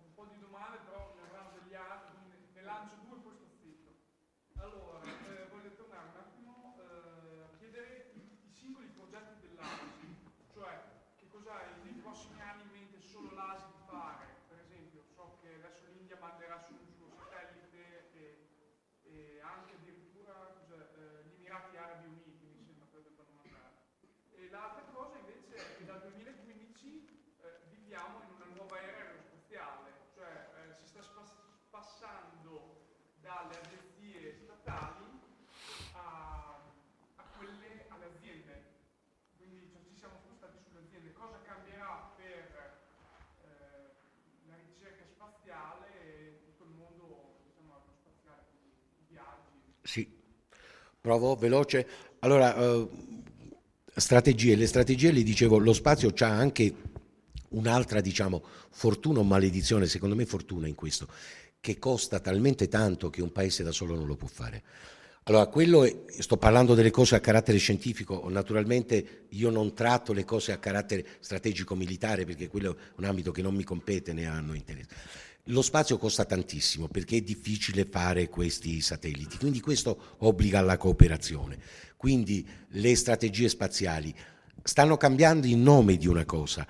Sì, provo veloce. Allora, eh, strategie, le strategie, le dicevo, lo spazio c'ha anche un'altra, diciamo, fortuna o maledizione, secondo me fortuna in questo, che costa talmente tanto che un paese da solo non lo può fare. Allora, quello è, sto parlando delle cose a carattere scientifico, naturalmente io non tratto le cose a carattere strategico-militare perché quello è un ambito che non mi compete né hanno interesse. Lo spazio costa tantissimo perché è difficile fare questi satelliti, quindi questo obbliga alla cooperazione. Quindi le strategie spaziali stanno cambiando il nome di una cosa,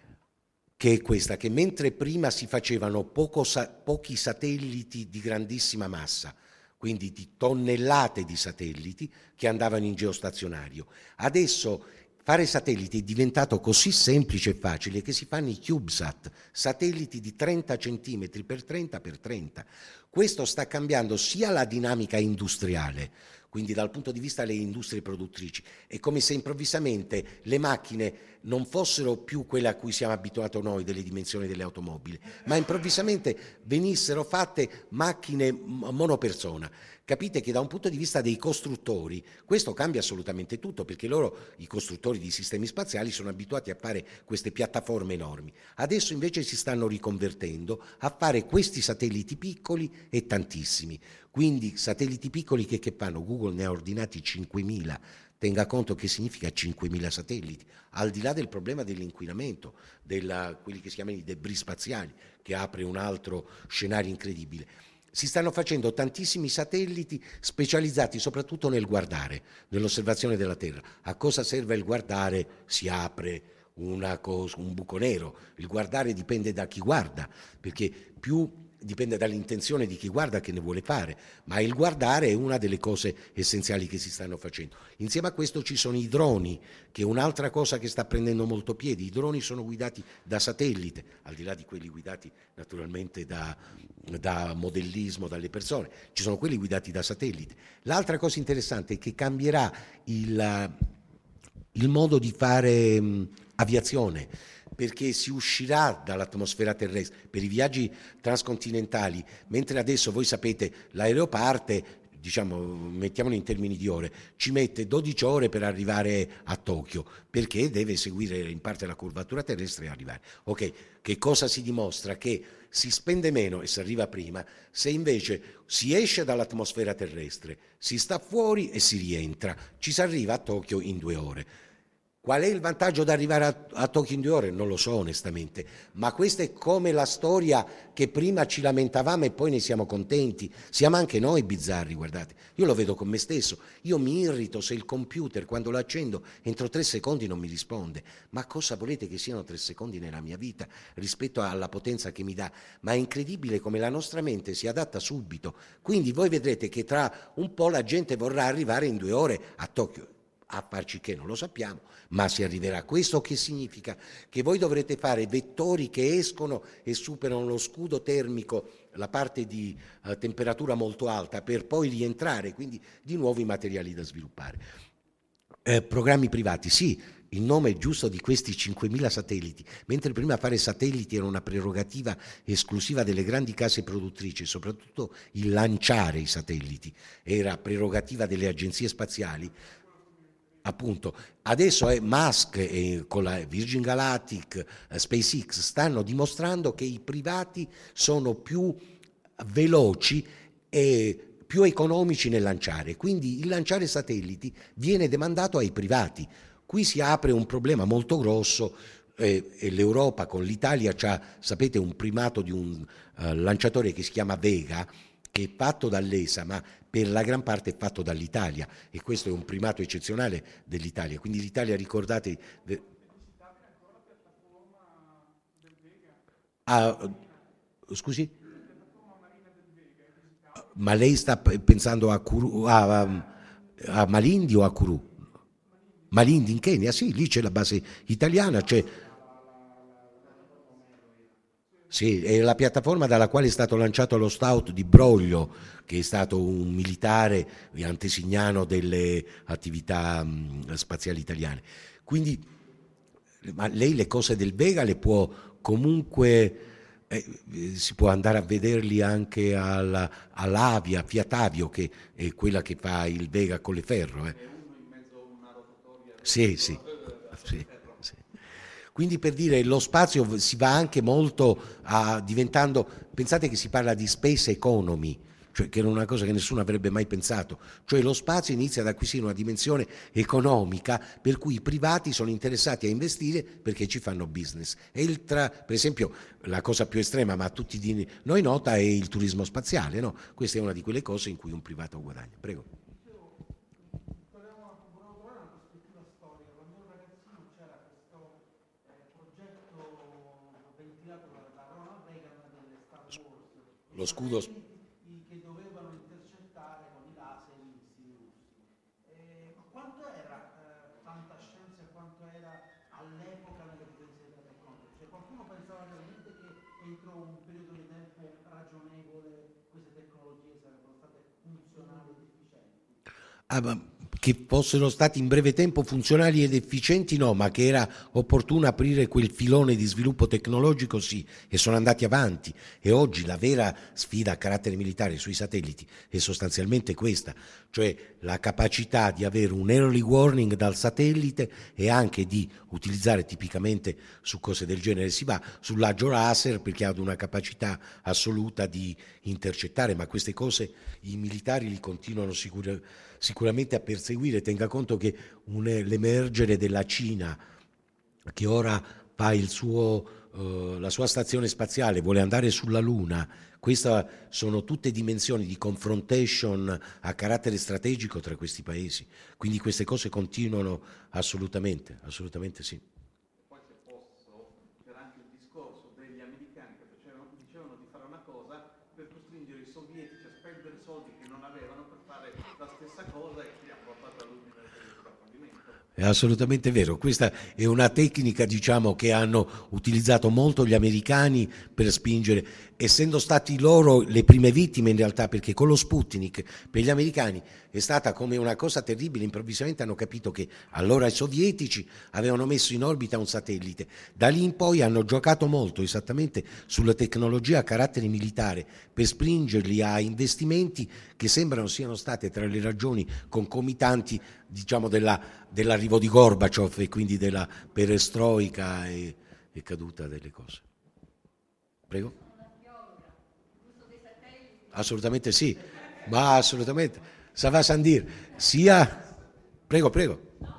che è questa, che mentre prima si facevano poco, pochi satelliti di grandissima massa, quindi di tonnellate di satelliti che andavano in geostazionario, adesso fare satelliti è diventato così semplice e facile che si fanno i CubeSat, satelliti di trenta centimetri per trenta per trenta. Questo sta cambiando sia la dinamica industriale, quindi dal punto di vista delle industrie produttrici, è come se improvvisamente le macchine non fossero più quelle a cui siamo abituati noi delle dimensioni delle automobili, ma improvvisamente venissero fatte macchine monopersona. Capite che da un punto di vista dei costruttori questo cambia assolutamente tutto, perché loro, i costruttori di sistemi spaziali, sono abituati a fare queste piattaforme enormi. Adesso invece si stanno riconvertendo a fare questi satelliti piccoli e tantissimi. Quindi satelliti piccoli che, che fanno? Google ne ha ordinati cinquemila. Tenga conto che significa cinquemila satelliti, al di là del problema dell'inquinamento, della, quelli che si chiamano i debris spaziali, che apre un altro scenario incredibile. Si stanno facendo tantissimi satelliti specializzati soprattutto nel guardare, nell'osservazione della Terra. A cosa serve il guardare? Si apre una cosa, un buco nero. Il guardare dipende da chi guarda, perché più dipende dall'intenzione di chi guarda che ne vuole fare, ma il guardare è una delle cose essenziali che si stanno facendo. Insieme a questo ci sono i droni, che è un'altra cosa che sta prendendo molto piede. I droni sono guidati da satellite, al di là di quelli guidati naturalmente da, da modellismo, dalle persone, ci sono quelli guidati da satellite. L'altra cosa interessante è che cambierà il, il modo di fare mh, aviazione, perché si uscirà dall'atmosfera terrestre per i viaggi transcontinentali, mentre adesso voi sapete l'aereo parte, diciamo, mettiamolo in termini di ore, ci mette dodici ore per arrivare a Tokyo, perché deve seguire in parte la curvatura terrestre e arrivare. Ok, che cosa si dimostra? Che si spende meno e si arriva prima, se invece si esce dall'atmosfera terrestre, si sta fuori e si rientra, ci si arriva a Tokyo in due ore. Qual è il vantaggio di arrivare a, a Tokyo in due ore? Non lo so onestamente, ma questa è come la storia che prima ci lamentavamo e poi ne siamo contenti. Siamo anche noi bizzarri, guardate. Io lo vedo con me stesso. Io mi irrito se il computer, quando lo accendo, entro tre secondi non mi risponde. Ma cosa volete che siano tre secondi nella mia vita rispetto alla potenza che mi dà? Ma è incredibile come la nostra mente si adatta subito. Quindi voi vedrete che tra un po' la gente vorrà arrivare in due ore a Tokyo. A farci che non lo sappiamo, ma si arriverà. Questo che significa? Che voi dovrete fare vettori che escono e superano lo scudo termico, la parte di uh, temperatura molto alta, per poi rientrare, quindi di nuovo i materiali da sviluppare. Eh, programmi privati, sì, il nome è giusto di questi cinquemila satelliti, mentre prima fare satelliti era una prerogativa esclusiva delle grandi case produttrici, soprattutto il lanciare i satelliti era prerogativa delle agenzie spaziali. Appunto, adesso è Musk e con la Virgin Galactic, eh, SpaceX stanno dimostrando che i privati sono più veloci e più economici nel lanciare, quindi il lanciare satelliti viene demandato ai privati. Qui si apre un problema molto grosso eh, e l'Europa con l'Italia ha, sapete, un primato di un uh, lanciatore che si chiama Vega, che è fatto dall'E S A, ma per la gran parte è fatto dall'Italia, e questo è un primato eccezionale dell'Italia. Quindi l'Italia, ricordate... Ah, scusi? Ma lei sta pensando a, Kuru, a, a Malindi o a Kuru? Malindi in Kenya, sì, lì c'è la base italiana, c'è... Sì, è la piattaforma dalla quale è stato lanciato lo Stout di Broglio, che è stato un militare antesignano delle attività mh, spaziali italiane. Quindi, ma lei le cose del Vega le può comunque, eh, si può andare a vederli anche alla, all'Avia, Fiatavio, che è quella che fa il Vega Colleferro. Eh. Sì, sì, sì. Quindi per dire, lo spazio si va anche molto a diventando, pensate che si parla di space economy, cioè che era una cosa che nessuno avrebbe mai pensato, cioè lo spazio inizia ad acquisire una dimensione economica per cui i privati sono interessati a investire perché ci fanno business. E il tra, per esempio, la cosa più estrema, ma a tutti di noi nota, è il turismo spaziale, no? Questa è una di quelle cose in cui un privato guadagna. Prego. Lo scudo che dovevano intercettare con i laser i missili russi. Eh, quanto era eh, fantascienza e quanto era all'epoca nelle difese della tecnologia? Cioè, qualcuno pensava veramente che entro un periodo di tempo ragionevole queste tecnologie sarebbero state funzionali ed efficienti? Ah, ma che fossero stati in breve tempo funzionali ed efficienti no, ma che era opportuno aprire quel filone di sviluppo tecnologico sì, e sono andati avanti, e oggi la vera sfida a carattere militare sui satelliti è sostanzialmente questa, cioè la capacità di avere un early warning dal satellite e anche di utilizzare tipicamente su cose del genere, si va sul raggio laser perché ha una capacità assoluta di intercettare, ma queste cose i militari li continuano sicur- sicuramente a perseguire. Tenga conto che un, l'emergere della Cina, che ora fa il suo, uh, la sua stazione spaziale, vuole andare sulla Luna, queste sono tutte dimensioni di confrontation a carattere strategico tra questi paesi, quindi queste cose continuano assolutamente, assolutamente sì. Poi se posso, c'era anche il discorso degli americani che facevano, dicevano di fare una cosa per costringere i sovietici a spendere soldi che non avevano per fare la stessa cosa, e che ha portato all'università del fallimento. È assolutamente vero, questa è una tecnica, diciamo, che hanno utilizzato molto gli americani per spingere. essendo stati loro le prime vittime in realtà, perché con lo Sputnik per gli americani è stata come una cosa terribile, improvvisamente hanno capito che allora i sovietici avevano messo in orbita un satellite, da lì in poi hanno giocato molto esattamente sulla tecnologia a carattere militare per spingerli a investimenti che sembrano siano state tra le ragioni concomitanti, diciamo, della, dell'arrivo di Gorbaciov e quindi della perestroica e, e caduta delle cose. Prego? Assolutamente sì, ma assolutamente. Sava Sandir, sia... Prego, prego.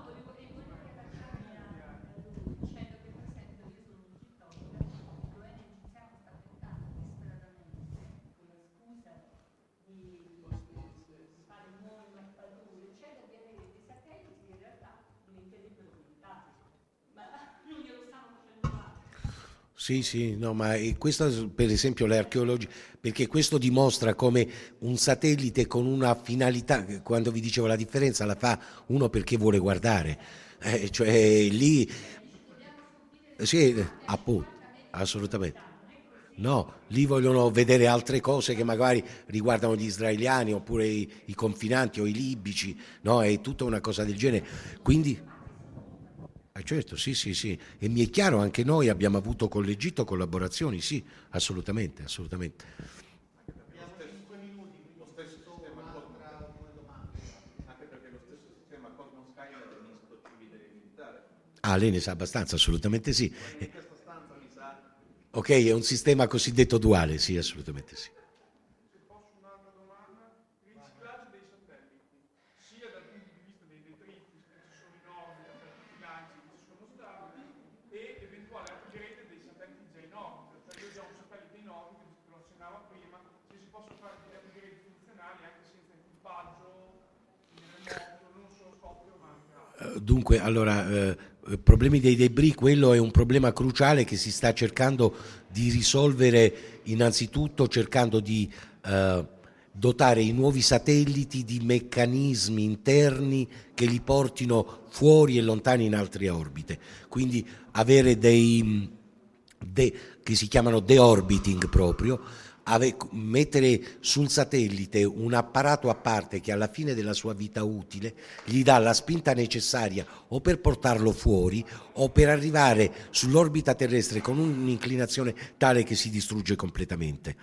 Sì, sì, no, ma questo per esempio le archeologie, perché questo dimostra come un satellite con una finalità, quando vi dicevo la differenza, la fa uno perché vuole guardare, eh, cioè lì, sì, appunto, assolutamente. No, lì vogliono vedere altre cose che magari riguardano gli israeliani oppure i, i confinanti o i libici, no, è tutta una cosa del genere. Quindi... Ah, certo, sì, sì, sì, e mi è chiaro, anche noi abbiamo avuto con l'Egitto collaborazioni, sì, assolutamente, assolutamente. Abbiamo cinque minuti, lo stesso sistema, un'altra due domande, anche perché lo stesso sistema Cosmos Sky è misto civile e militare. Ah, lei ne sa abbastanza, assolutamente sì. In questa stanza mi sa... Ok, è un sistema cosiddetto duale, sì, assolutamente sì. Se posso un'altra domanda, il riciclaggio dei satelliti, sia dal punto di vista dei detriti che ci sono in orbita per tutti i lanci che ci sono stati e eventuale upgrade dei satelliti già in orbita, cioè io ho già un satellite in orbita, lo accennavo prima, se si possono fare degli upgrade funzionali anche senza equipaggio, in remoto, non solo software ma anche altro. Dunque, allora, eh, problemi dei debris, quello è un problema cruciale che si sta cercando di risolvere innanzitutto cercando di eh, dotare i nuovi satelliti di meccanismi interni che li portino fuori e lontani in altre orbite, quindi avere dei de, che si chiamano deorbiting proprio, ave, mettere sul satellite un apparato a parte che alla fine della sua vita utile gli dà la spinta necessaria o per portarlo fuori o per arrivare sull'orbita terrestre con un'inclinazione tale che si distrugge completamente.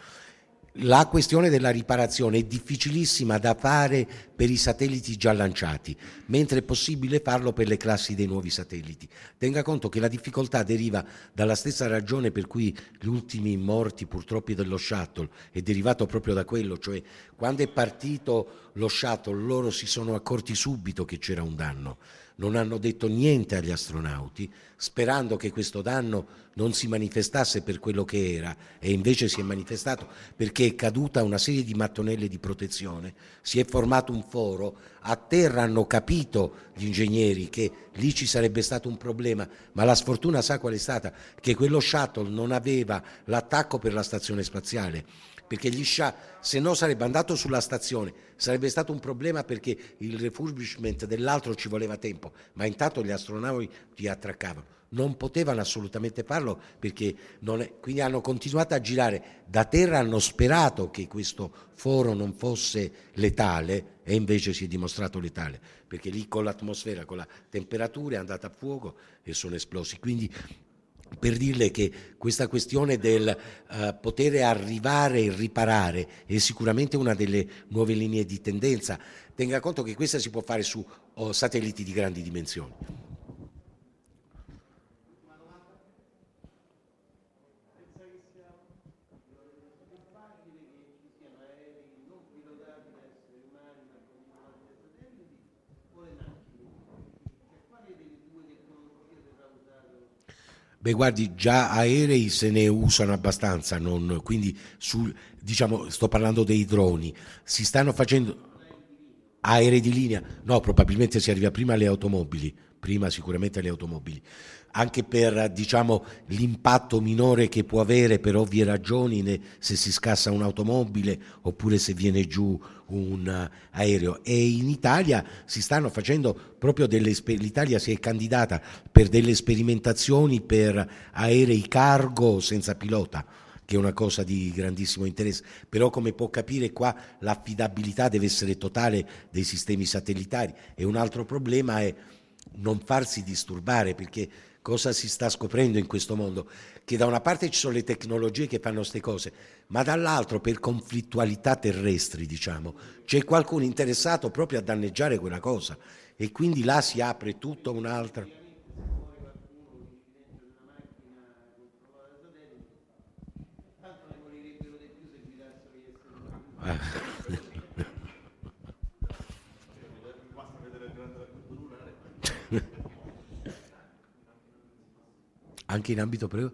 La questione della riparazione è difficilissima da fare per i satelliti già lanciati, mentre è possibile farlo per le classi dei nuovi satelliti. Tenga conto che la difficoltà deriva dalla stessa ragione per cui gli ultimi morti purtroppo dello shuttle è derivato proprio da quello, cioè quando è partito lo shuttle loro si sono accorti subito che c'era un danno. Non hanno detto niente agli astronauti, sperando che questo danno non si manifestasse per quello che era, e invece si è manifestato perché è caduta una serie di mattonelle di protezione, si è formato un foro, a terra hanno capito gli ingegneri che lì ci sarebbe stato un problema, ma la sfortuna sa qual è stata? Che quello shuttle non aveva l'attacco per la stazione spaziale, perché gli scia, se no sarebbe andato sulla stazione, sarebbe stato un problema perché il refurbishment dell'altro ci voleva tempo, ma intanto gli astronauti attraccavano, non potevano assolutamente farlo perché non è, quindi hanno continuato a girare da terra, hanno sperato che questo foro non fosse letale e invece si è dimostrato letale, perché lì con l'atmosfera, con la temperatura è andata a fuoco e sono esplosi, quindi per dirle che questa questione del uh, poter arrivare e riparare è sicuramente una delle nuove linee di tendenza. Tenga conto che questa si può fare su oh, satelliti di grandi dimensioni. Beh, guardi, già aerei se ne usano abbastanza, non, quindi sul, diciamo, sto parlando dei droni, si stanno facendo aerei di linea, no, probabilmente si arriva prima alle automobili, prima sicuramente alle automobili, anche per, diciamo, l'impatto minore che può avere per ovvie ragioni ne, se si scassa un'automobile oppure se viene giù un uh, aereo. E in Italia si stanno facendo proprio delle, l'Italia si è candidata per delle sperimentazioni per aerei cargo senza pilota, che è una cosa di grandissimo interesse, però come può capire qua l'affidabilità deve essere totale dei sistemi satellitari, e un altro problema è non farsi disturbare, perché cosa si sta scoprendo in questo mondo? Che da una parte ci sono le tecnologie che fanno queste cose, ma dall'altro per conflittualità terrestri, diciamo, c'è qualcuno interessato proprio a danneggiare quella cosa, e quindi là si apre tutta un'altra... Ah. Anche in ambito prego?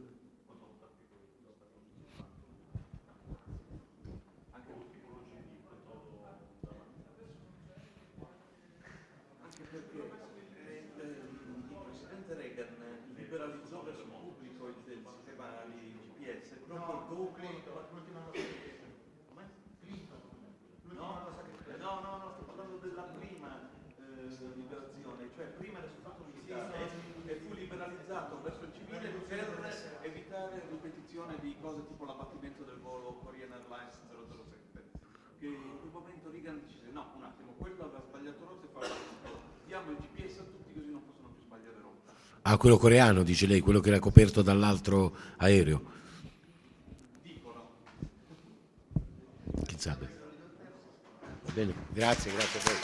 Anche perché eh, il presidente Reagan liberalizzò verso il pubblico il sistema di G P S proprio dopo l'ultima cosa che no no no sto parlando della prima eh, liberazione, cioè prima era soltanto militare e fu liberalizzato verso il civile per evitare ripetizione di cose tipo l'abbattimento del volo Korean Airlines zero zero sette, che in quel momento Reagan dice no un attimo, quello aveva sbagliato rotta e fa diamo il G P S a tutti così non possono più sbagliare rotta. Ah, quello coreano, dice lei, quello che era coperto dall'altro aereo. Dicono. Chissà. Va bene, grazie, grazie a voi.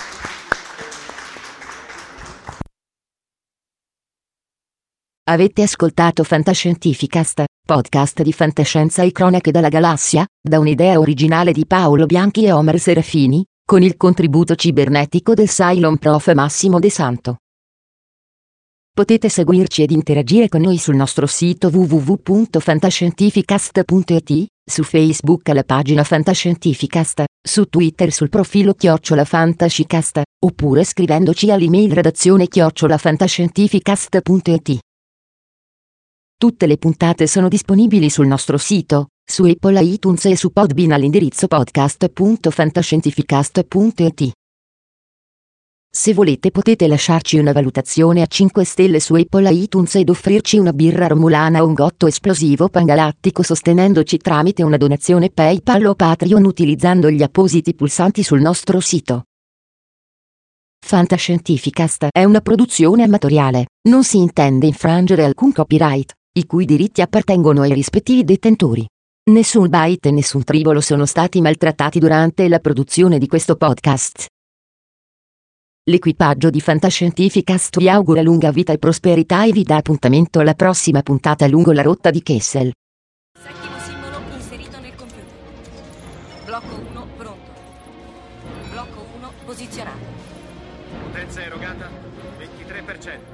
Avete ascoltato Fantascientificast, podcast di fantascienza e cronache dalla galassia, da un'idea originale di Paolo Bianchi e Omer Serafini, con il contributo cibernetico del Cylon Prof Massimo De Santo. Potete seguirci ed interagire con noi sul nostro sito w w w punto fantascientificast punto i t, su Facebook alla pagina Fantascientificast, su Twitter sul profilo chiocciola Fantascicast, oppure scrivendoci all'email redazione chiocciola fantascientificast punto i t. Tutte le puntate sono disponibili sul nostro sito, su Apple iTunes e su Podbean all'indirizzo podcast punto fantascientificast punto i t. Se volete potete lasciarci una valutazione a cinque stelle su Apple iTunes ed offrirci una birra romulana o un gotto esplosivo pangalattico sostenendoci tramite una donazione PayPal o Patreon utilizzando gli appositi pulsanti sul nostro sito. Fantascientificast è una produzione amatoriale, non si intende infrangere alcun copyright, i cui diritti appartengono ai rispettivi detentori. Nessun byte e nessun tribolo sono stati maltrattati durante la produzione di questo podcast. L'equipaggio di Fantascientificast vi augura lunga vita e prosperità e vi dà appuntamento alla prossima puntata lungo la rotta di Kessel. Settimo simbolo inserito nel computer. Blocco uno pronto. Blocco uno posizionato. Potenza erogata ventitré per cento.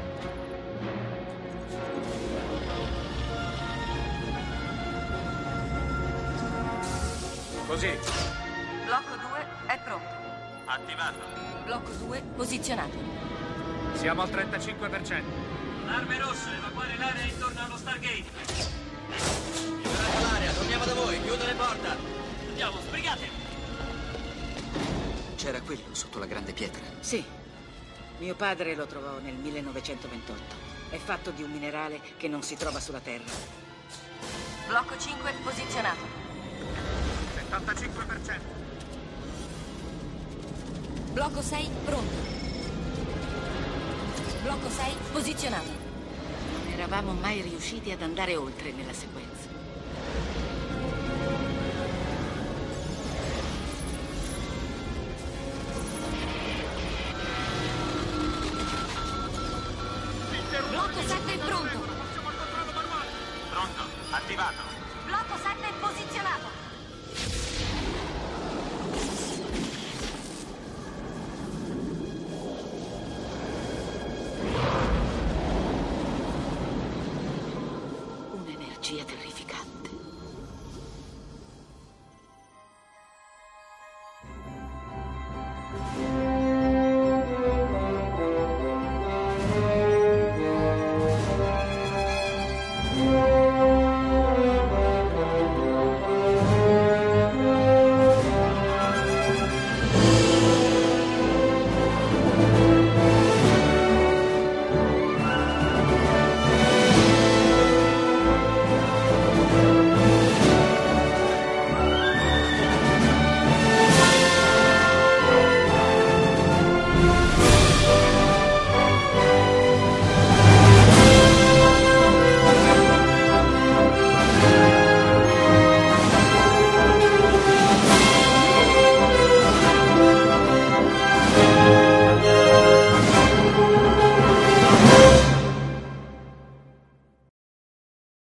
Così. Blocco due è pronto. Attivato. Blocco due posizionato. Siamo al trentacinque per cento. Arme rosse, evacuare l'area intorno allo Stargate. Liberate l'area, torniamo da voi, chiudere porta. Andiamo, sbrigate. C'era quello sotto la grande pietra. Sì. Mio padre lo trovò nel millenovecentoventotto. È fatto di un minerale che non si trova sulla Terra. Blocco cinque posizionato. settantacinque per cento. Blocco sei pronto. Blocco sei posizionato. Non eravamo mai riusciti ad andare oltre nella sequenza. Blocco sette pronto. Pronto, attivato. Blocco sette posizionato. Un'energia terrificante.